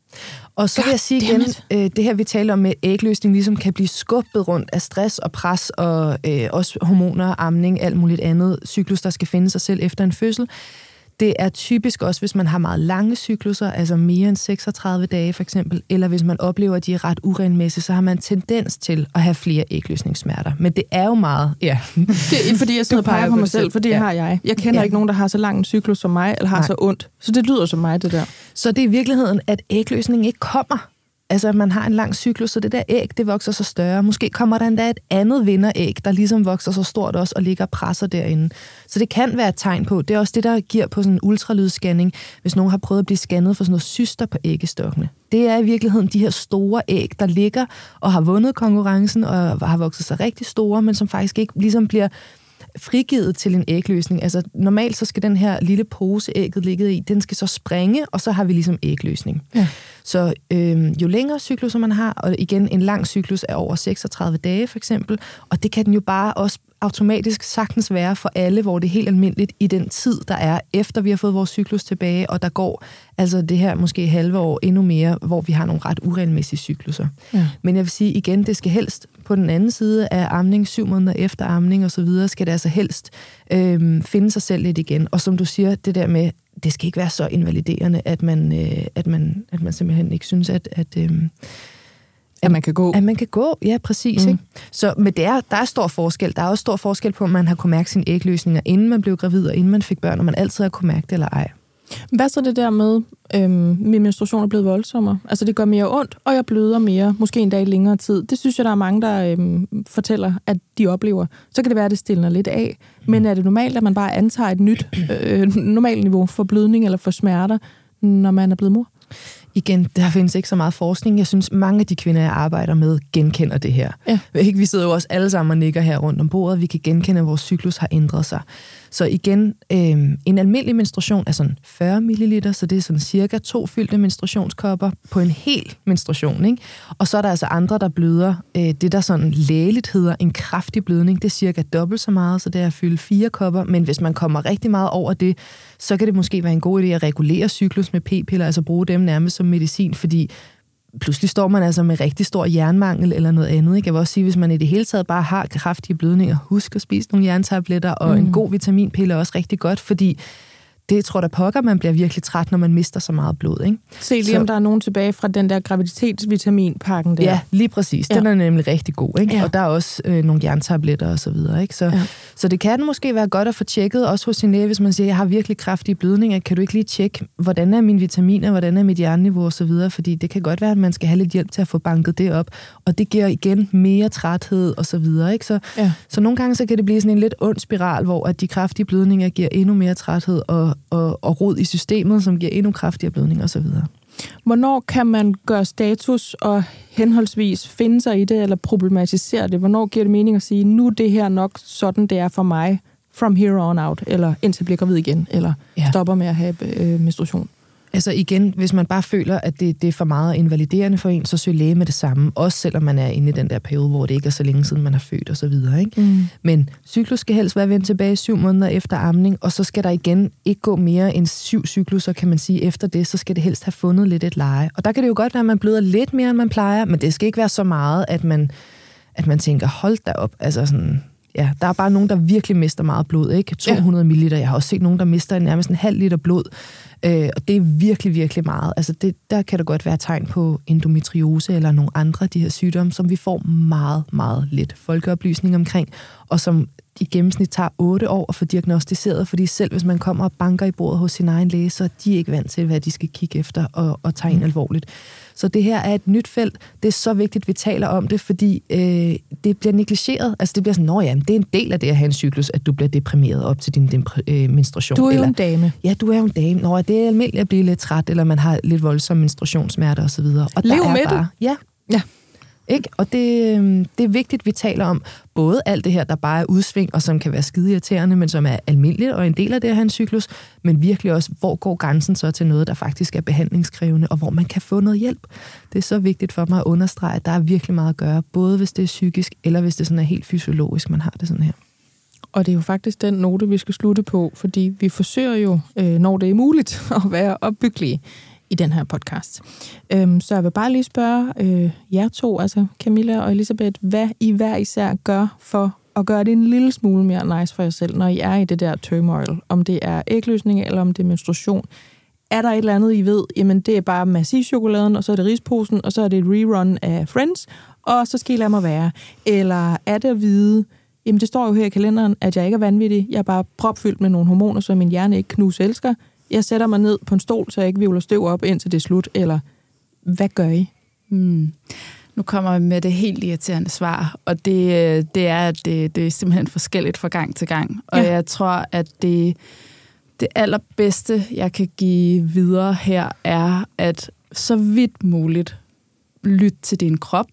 Og så vil jeg sige igen, øh, det her vi taler om med ægløsning, ligesom kan blive skubbet rundt af stress og pres, og øh, også hormoner, amning, alt muligt andet cyklus, der skal finde sig selv efter en fødsel. Det er typisk også, hvis man har meget lange cykluser, altså mere end seksogtredive dage for eksempel, eller hvis man oplever, at de er ret uregelmæssige, så har man tendens til at have flere ægløsningssmerter. Men det er jo meget, ja. Det er, fordi jeg sidder og peger på mig selv, for det ja. har jeg. Jeg kender Ja. ikke nogen, der har så lang en cyklus som mig, eller har Nej. så ondt. Så det lyder som mig, det der. Så det er i virkeligheden, at ægløsning ikke kommer. Altså, man har en lang cyklus, så det der æg, det vokser så større. Måske kommer der endda et andet vinderæg, der ligesom vokser så stort også, og ligger og presser derinde. Så det kan være et tegn på. Det er også det, der giver på sådan en ultralydsscanning, hvis nogen har prøvet at blive scannet for sådan noget cyster på æggestokkene. Det er i virkeligheden de her store æg, der ligger og har vundet konkurrencen, og har vokset sig rigtig store, men som faktisk ikke ligesom bliver frigivet til en ægløsning. Altså normalt så skal den her lille pose ægget ligget i, den skal så springe, og så har vi ligesom ægløsning. Ja. Så øh, jo længere cykluser man har, og igen en lang cyklus er over seksogtredive dage for eksempel, og det kan den jo bare også automatisk sagtens være for alle, hvor det er helt almindeligt i den tid, der er, efter vi har fået vores cyklus tilbage, og der går altså det her måske halve år endnu mere, hvor vi har nogle ret uregelmæssige cykluser. Ja. Men jeg vil sige igen, det skal helst på den anden side af amning, syv måneder efter amning og så videre, skal det altså helst øh, finde sig selv lidt igen. Og som du siger, det der med, det skal ikke være så invaliderende, at man, øh, at man, at man simpelthen ikke synes, at... at øh, At man kan gå. At man kan gå, ja, præcis. Mm. Ikke? Så, men det er, der er stor forskel. Der er også stor forskel på, om man har kunnet mærke sine ægløsninger, inden man blev gravid, og inden man fik børn, og man altid har kunnet mærke det eller ej. Hvad så det der med, øhm, min menstruation er blevet voldsommere? Altså, det gør mere ondt, og jeg bløder mere, måske en dag i længere tid. Det synes jeg, der er mange, der øhm, fortæller, at de oplever. Så kan det være, at det stiller lidt af. Men er det normalt, at man bare antager et nyt øh, normalt niveau for blødning eller for smerter, når man er blevet mor? Igen, der findes ikke så meget forskning. Jeg synes, mange af de kvinder, jeg arbejder med, genkender det her. Ja. Vi sidder jo også alle sammen og nikker her rundt om bordet. Vi kan genkende, at vores cyklus har ændret sig. Så igen, øh, en almindelig menstruation er sådan fyrre milliliter, så det er sådan cirka to fyldte menstruationskopper på en hel menstruation. Ikke? Og så er der altså andre, der bløder. Øh, det, der sådan lægeligt hedder en kraftig blødning, det er cirka dobbelt så meget, så det er at fylde fire kopper. Men hvis man kommer rigtig meget over det, så kan det måske være en god idé at regulere cyklus med p-piller, altså bruge dem nærmest som medicin, fordi pludselig står man altså med rigtig stor jernmangel eller noget andet. Ikke? Jeg vil også sige, hvis man i det hele taget bare har kraftige blødninger, husk at spise nogle jerntabletter, og mm. en god vitaminpille er også rigtig godt, fordi det tror der pokker, man bliver virkelig træt, når man mister så meget blod. Ikke? Se lige, så, om der er nogen tilbage fra den der graviditetsvitaminpakken der. Ja, lige præcis. Den ja. er nemlig rigtig god. Ikke? Ja. Og der er også øh, nogle jerntabletter og så videre. Ikke? Så, ja. så det kan måske være godt at få tjekket, også hos sin læge, hvis man siger, jeg har virkelig kraftige blødninger. Kan du ikke lige tjekke, hvordan er mine vitaminer, hvordan er mit jernniveau og så videre? Fordi det kan godt være, at man skal have lidt hjælp til at få banket det op. Og det giver igen mere træthed og så videre. Ikke? Så, ja. så nogle gange så kan det blive sådan en lidt ond spiral, hvor at de kraftige blødninger giver endnu mere træthed og Og, og rod i systemet, som giver endnu kraftigere blødning og så videre. Hvornår kan man gøre status og henholdsvis finde sig i det eller problematisere det? Hvornår giver det mening at sige, nu er det her nok sådan, det er for mig, from here on out, eller indtil jeg bliver gravid igen, eller ja. stopper med at have øh, menstruation? Altså igen, hvis man bare føler, at det, det er for meget invaliderende for en, så søg læge med det samme, også selvom man er inde i den der periode, hvor det ikke er så længe siden, man har født og så videre. Ikke? Mm. Men cyklus skal helst være vendt tilbage syv måneder efter amning, og så skal der igen ikke gå mere end syv cykluser, kan man sige. Efter det, så skal det helst have fundet lidt et leje. Og der kan det jo godt være, at man bløder lidt mere, end man plejer, men det skal ikke være så meget, at man, at man tænker, hold da op, altså sådan... Ja, der er bare nogen, der virkelig mister meget blod, ikke? to hundrede ja. milliliter. Jeg har også set nogen, der mister nærmest en halv liter blod. Øh, og det er virkelig, virkelig meget. Altså det, der kan det godt være tegn på endometriose eller nogle andre af de her sygdomme, som vi får meget, meget lidt folkeoplysning omkring, og som i gennemsnit tager otte år at få diagnostiseret, fordi selv hvis man kommer og banker i bordet hos sin egen læge, så er de ikke vant til, hvad de skal kigge efter og, og tage ind alvorligt. Så det her er et nyt felt. Det er så vigtigt, at vi taler om det, fordi øh, det bliver negligeret. Altså det bliver sådan, nå ja, det er en del af det at have en cyklus, at du bliver deprimeret op til din depre- øh, menstruation. Du er jo eller, en dame. Ja, du er jo en dame. Nå, det er almindeligt at blive lidt træt, eller man har lidt voldsomme menstruationssmerter osv. Og Lev med bare, det. Ja. Ja. Ikke? Og det, det er vigtigt, at vi taler om både alt det her, der bare er udsving, og som kan være skide irriterende, men som er almindeligt og en del af det at have en cyklus, men virkelig også, hvor går grænsen så til noget, der faktisk er behandlingskrævende, og hvor man kan få noget hjælp. Det er så vigtigt for mig at understrege, at der er virkelig meget at gøre, både hvis det er psykisk, eller hvis det sådan er helt fysiologisk, man har det sådan her. Og det er jo faktisk den note, vi skal slutte på, fordi vi forsøger jo, når det er muligt, at være opbyggelige i den her podcast. Øhm, så jeg vil bare lige spørge øh, jer to, altså Camilla og Elisabeth, hvad I hver især gør for at gøre det en lille smule mere nice for jer selv, når I er i det der turmoil. Om det er ægløsning, eller om det er menstruation. Er der et eller andet, I ved, jamen det er bare massivchokoladen, og så er det risposen, og så er det et rerun af Friends, og så skal I lade mig være. Eller er det at vide, jamen det står jo her i kalenderen, at jeg ikke er vanvittig, jeg er bare propfyldt med nogle hormoner, så min hjerne ikke knus elsker. Jeg sætter mig ned på en stol, så jeg ikke vivler støv op, indtil det er slut, eller hvad gør I? Hmm. Nu kommer jeg med det helt irriterende svar, og det, det er, at det, det er simpelthen forskelligt fra gang til gang. Og ja. jeg tror, at det, det allerbedste, jeg kan give videre her, er, at så vidt muligt lyt til din krop.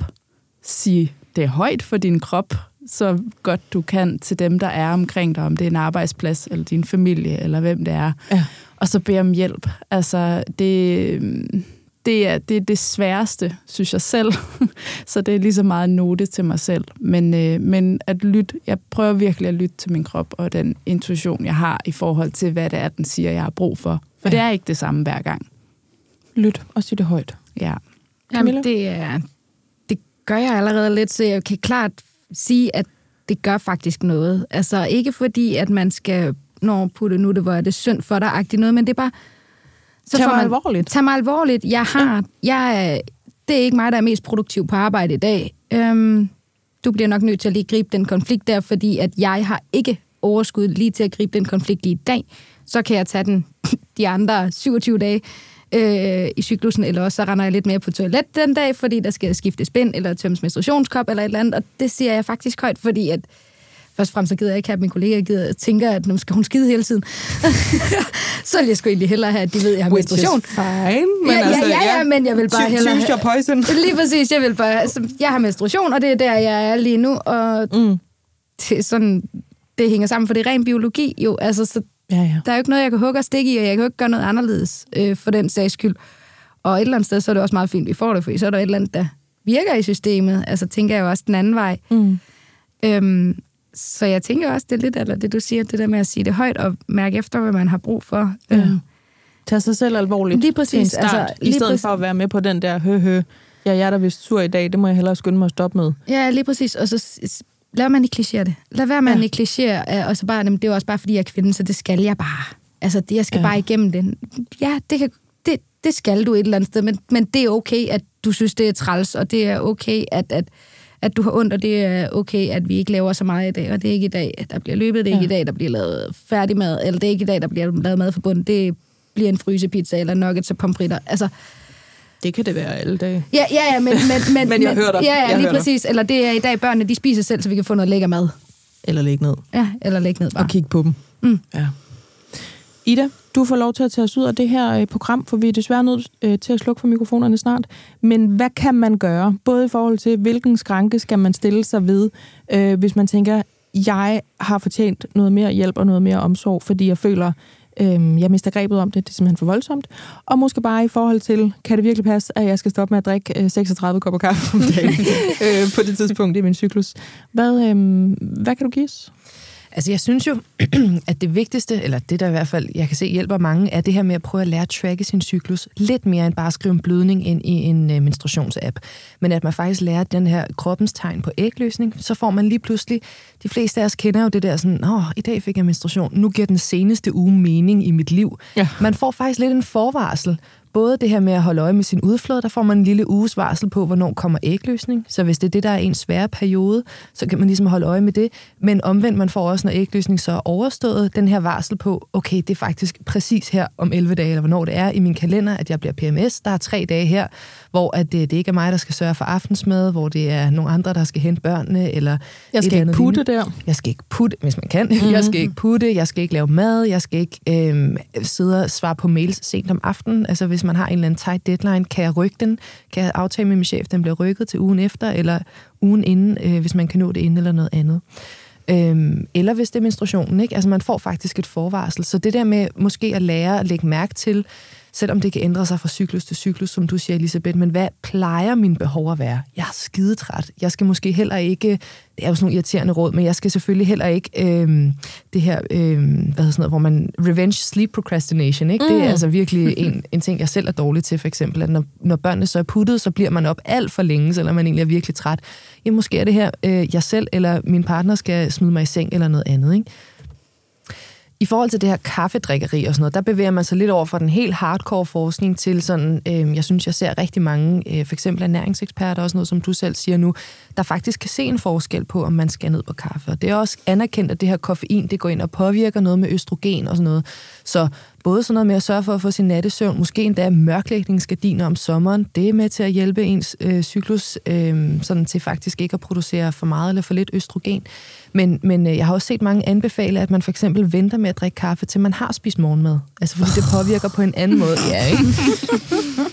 Sig det er højt for din krop, så godt du kan til dem, der er omkring dig, om det er en arbejdsplads, eller din familie, eller hvem det er. Ja. Og så bed om hjælp. Altså, det, det er, det er det sværeste, synes jeg selv. Så det er lige så meget en note til mig selv. Men, øh, men at lytte, jeg prøver virkelig at lytte til min krop og den intuition, jeg har i forhold til, hvad det er, den siger, jeg har brug for. For ja. Det er ikke det samme hver gang. Lyt og sig det højt. Ja. Jamen, det, er, det gør jeg allerede lidt, så jeg kan klart sige, at det gør faktisk noget. Altså ikke fordi, at man skal, når putte nu det var det synd for dig-agtigt noget, men det er bare... Så tag mig man, alvorligt. Tag mig alvorligt. Jeg har... Jeg, det er ikke mig, der er mest produktiv på arbejde i dag. Øhm, du bliver nok nødt til at lige gribe den konflikt der, fordi at jeg har ikke overskud lige til at gribe den konflikt i dag. Så kan jeg tage den de andre syvogtyve dage øh, i cyklusen, eller også så render jeg lidt mere på toilet den dag, fordi der skal skiftes bind, eller tømmes menstruationskop, eller et eller andet, og det siger jeg faktisk højt, fordi at først og fremmest så gider jeg ikke have, at min kollega gider, tænker, at nu skal hun skide hele tiden. Så vil jeg sgu egentlig hellere have, at de ved, at jeg har Which menstruation. Which is fine. Men ja, altså, ja, ja, ja, men jeg vil bare hellere choose your poison. Lige præcis, jeg vil bare... Altså, jeg har menstruation, og det er der, jeg er lige nu, og mm. det, er sådan, det hænger sammen, for det er ren biologi jo. Altså, så ja, ja. Der er jo ikke noget, jeg kan hugge og stikke i, og jeg kan jo ikke gøre noget anderledes øh, for den sags skyld. Og et eller andet sted, så er det også meget fint, vi får det, for så er der et eller andet, der virker i systemet. Altså, tænker jeg jo også den anden vej. Mm. Øhm, så jeg tænker også, det er lidt, eller det du siger, det der med at sige det højt, og mærke efter, hvad man har brug for. Ja. Øhm, Tag sig selv alvorligt. Lige præcis. Start, altså, lige I stedet præcis. for at være med på den der hø-hø. Ja, jeg er der vist sur i dag, det må jeg hellere skynde mig at stoppe med. Ja, lige præcis. Og så lad man negligere det. Lad være med at negligere, og så bare, det er jo også bare, fordi jeg er kvinde, så det skal jeg bare. Altså, det, jeg skal ja. bare igennem det. Ja, det, kan, det, det skal du et eller andet sted, men, men det er okay, at du synes, det er træls, og det er okay, at, at, at du har ondt, og det er okay, at vi ikke laver så meget i dag, og det er ikke i dag, der bliver løbet, det er ja. ikke i dag, der bliver lavet færdigmad, eller det er ikke i dag, der bliver lavet mad for bunden, det bliver en frysepizza, eller nuggets og pomfritter. Altså, det kan det være alle dage. Ja, ja, ja, men... Men, men, men jeg hører dig. Ja, ja, jeg lige præcis. Dig. Eller det er i dag, børnene, de spiser selv, så vi kan få noget lækker mad. Eller lægge ned. Ja, eller lægge ned bare. Og kigge på dem. Mm. Ja. Ida, du får lov til at tage os ud af det her program, for vi er desværre nødt øh, til at slukke for mikrofonerne snart. Men hvad kan man gøre? Både i forhold til, hvilken skranke skal man stille sig ved, øh, hvis man tænker, jeg har fortjent noget mere hjælp og noget mere omsorg, fordi jeg føler, øh, jeg mister grebet om det, det er simpelthen for voldsomt. Og måske bare i forhold til, kan det virkelig passe, at jeg skal stoppe med at drikke øh, seksogtredive kopper kaffe om dagen øh, på det tidspunkt i min cyklus. Hvad, øh, hvad kan du give os? Altså, jeg synes jo, at det vigtigste, eller det der i hvert fald, jeg kan se hjælper mange, er det her med at prøve at lære at tracke sin cyklus lidt mere end bare at skrive en blødning ind i en uh, menstruationsapp. Men at man faktisk lærer den her kroppens tegn på ægløsning, så får man lige pludselig, de fleste af os kender jo det der sådan, åh, i dag fik jeg menstruation, nu giver den seneste uge mening i mit liv. Ja. Man får faktisk lidt en forvarsel. Både det her med at holde øje med sin udflod, der får man en lille uges varsel på, hvornår kommer ægløsning. Så hvis det er det, der er en svær periode, så kan man ligesom holde øje med det. Men omvendt, man får også, når ægløsning så er overstået, den her varsel på, okay, det er faktisk præcis her om elleve dage, eller hvornår det er i min kalender, at jeg bliver P M S. Der er tre dage her, hvor at det, det ikke er mig, der skal sørge for aftensmad, hvor det er nogle andre, der skal hente børnene, eller jeg skal ikke putte der. Jeg skal ikke putte, hvis man kan. Mm-hmm. Jeg skal ikke putte, jeg skal ikke lave mad, jeg skal ikke øh, sidde og svare på mails sent om aftenen. Altså hvis man har en eller anden tight deadline, kan jeg rykke den? Kan jeg aftale med min chef, den bliver rykket til ugen efter, eller ugen inden, øh, hvis man kan nå det inden, eller noget andet. Øhm, eller hvis det er menstruationen, ikke? Altså man får faktisk et forvarsel. Så det der med måske at lære at lægge mærke til, selvom det kan ændre sig fra cyklus til cyklus, som du siger, Elisabeth, men hvad plejer mine behov at være? Jeg er skidetræt. Jeg skal måske heller ikke, det er jo sådan nogle irriterende råd, men jeg skal selvfølgelig heller ikke øhm, det her, øhm, hvad hedder sådan noget, hvor man, revenge sleep procrastination, ikke? Mm. Det er altså virkelig en, en ting, jeg selv er dårlig til, for eksempel, at når, når børnene så er puttet, så bliver man op alt for længe, selvom man egentlig er virkelig træt. Ja, måske er det her, øh, jeg selv eller min partner skal smide mig i seng eller noget andet, ikke? I forhold til det her kaffedrikkeri og sådan noget, der bevæger man sig lidt over fra den helt hardcore forskning til sådan, øh, jeg synes, jeg ser rigtig mange, øh, for eksempel ernæringseksperter og sådan noget, som du selv siger nu, der faktisk kan se en forskel på, om man skal ned på kaffe. Og det er også anerkendt, at det her koffein, det går ind og påvirker noget med østrogen og sådan noget. Så både sådan noget med at sørge for at få sin nattesøvn, måske endda mørklægningsgardiner om sommeren, det er med til at hjælpe ens øh, cyklus øh, sådan til faktisk ikke at producere for meget eller for lidt østrogen. Men, men øh, jeg har også set mange anbefale, at man for eksempel venter med at drikke kaffe, til man har spist morgenmad. Altså fordi det påvirker på en anden måde. Ja, ikke?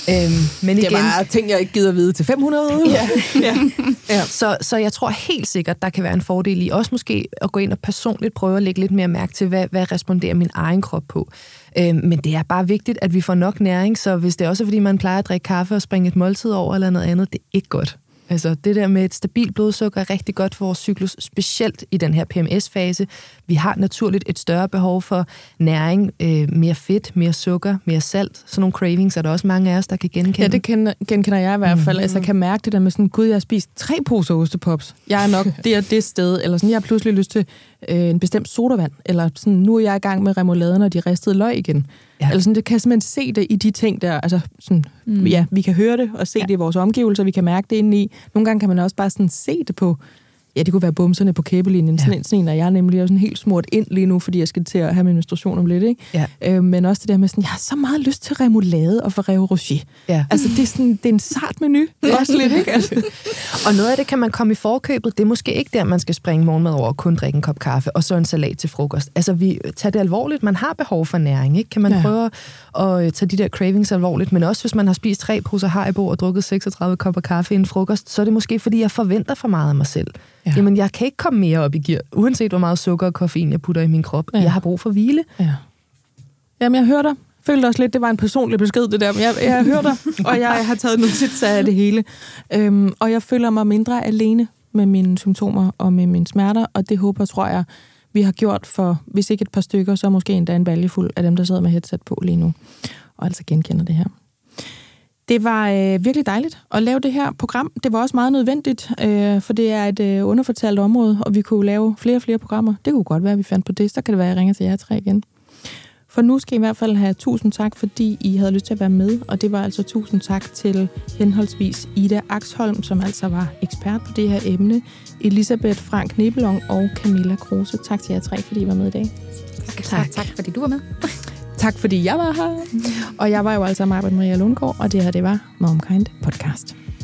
Øhm, men igen, det er bare ting, jeg ikke gider vide til fem hundrede. Ja. ja. ja. Så, så jeg tror helt sikkert, der kan være en fordel i også måske at gå ind og personligt prøve at lægge lidt mere mærke til, hvad, hvad responderer min egen krop på. Øhm, men det er bare vigtigt, at vi får nok næring, så hvis det også er, fordi man plejer at drikke kaffe og springe et måltid over eller noget andet, det er ikke godt. Altså det der med et stabilt blodsukker er rigtig godt for vores cyklus, specielt i den her P M S-fase. Vi har naturligt et større behov for næring, øh, mere fedt, mere sukker, mere salt. Sådan nogle cravings er der også mange af os, der kan genkende. Ja, det kender, genkender jeg i hvert fald. Mm. Altså jeg kan mærke det der med sådan, gud, jeg har spist tre poser ostepops. Jeg er nok det og det sted, eller sådan, jeg har pludselig lyst til øh, en bestemt sodavand, eller sådan, nu er jeg i gang med remouladen og de ristede løg igen. Ja. Eller sådan, det kan jeg simpelthen se det i de ting der, altså sådan, mm. ja, vi kan høre det og se ja. det i vores omgivelser, vi kan mærke det indeni. Nogle gange kan man også bare sådan se det på, ja, det kunne være bumserne på kæbelinjen, ja. sådan, sådan en, og jeg er nemlig også sådan helt smurt ind lige nu, fordi jeg skal til at have min menstruation om lidt, ikke? Ja. Øh, men også det der med sådan, jeg har så meget lyst til remoulade og Ferrero Rocher. Ja. Altså, det er sådan, det er en sart menu, også lidt, ikke? Altså. Og noget af det kan man komme i forkøbet, det er måske ikke der, man skal springe morgenmad over og kun drikke en kop kaffe, og så en salat til frokost. Altså, vi tager det alvorligt, man har behov for næring, ikke? Kan man ja. prøve at tage de der cravings alvorligt, men også hvis man har spist tre poser Haribo og drukket seksogtredive kopper kaffe i en frokost, så er det måske, fordi jeg forventer for meget af mig selv. Ja. Jamen, jeg kan ikke komme mere op i gear, uanset hvor meget sukker og koffein jeg putter i min krop. Ja. Jeg har brug for hvile. Ja. Jamen, jeg hører dig. Følte også lidt, det var en personlig besked, det der. Men jeg, jeg hører dig, og jeg har taget notitser af det hele. Øhm, og jeg føler mig mindre alene med mine symptomer og med mine smerter, og det håber, tror jeg, vi har gjort for, hvis ikke et par stykker, så måske endda en baljefuld af dem, der sidder med headset på lige nu, og altså genkender det her. Det var øh, virkelig dejligt at lave det her program. Det var også meget nødvendigt, øh, for det er et øh, underfortalt område, og vi kunne lave flere og flere programmer. Det kunne godt være, at vi fandt på det. Så kan det være, at jeg ringer til jer tre igen. For nu skal I i hvert fald have tusind tak, fordi I havde lyst til at være med, og det var altså tusind tak til henholdsvis Ida Axholm, som altså var ekspert på det her emne, Elisabeth Frank Nebelong og Camilla Kruse. Tak til jer tre, fordi I var med i dag. Tak, tak. tak fordi du var med. Tak fordi jeg var her. Og jeg var jo altså Maj-Britt Maria Lundgaard, og det her det var Momkind Podcast.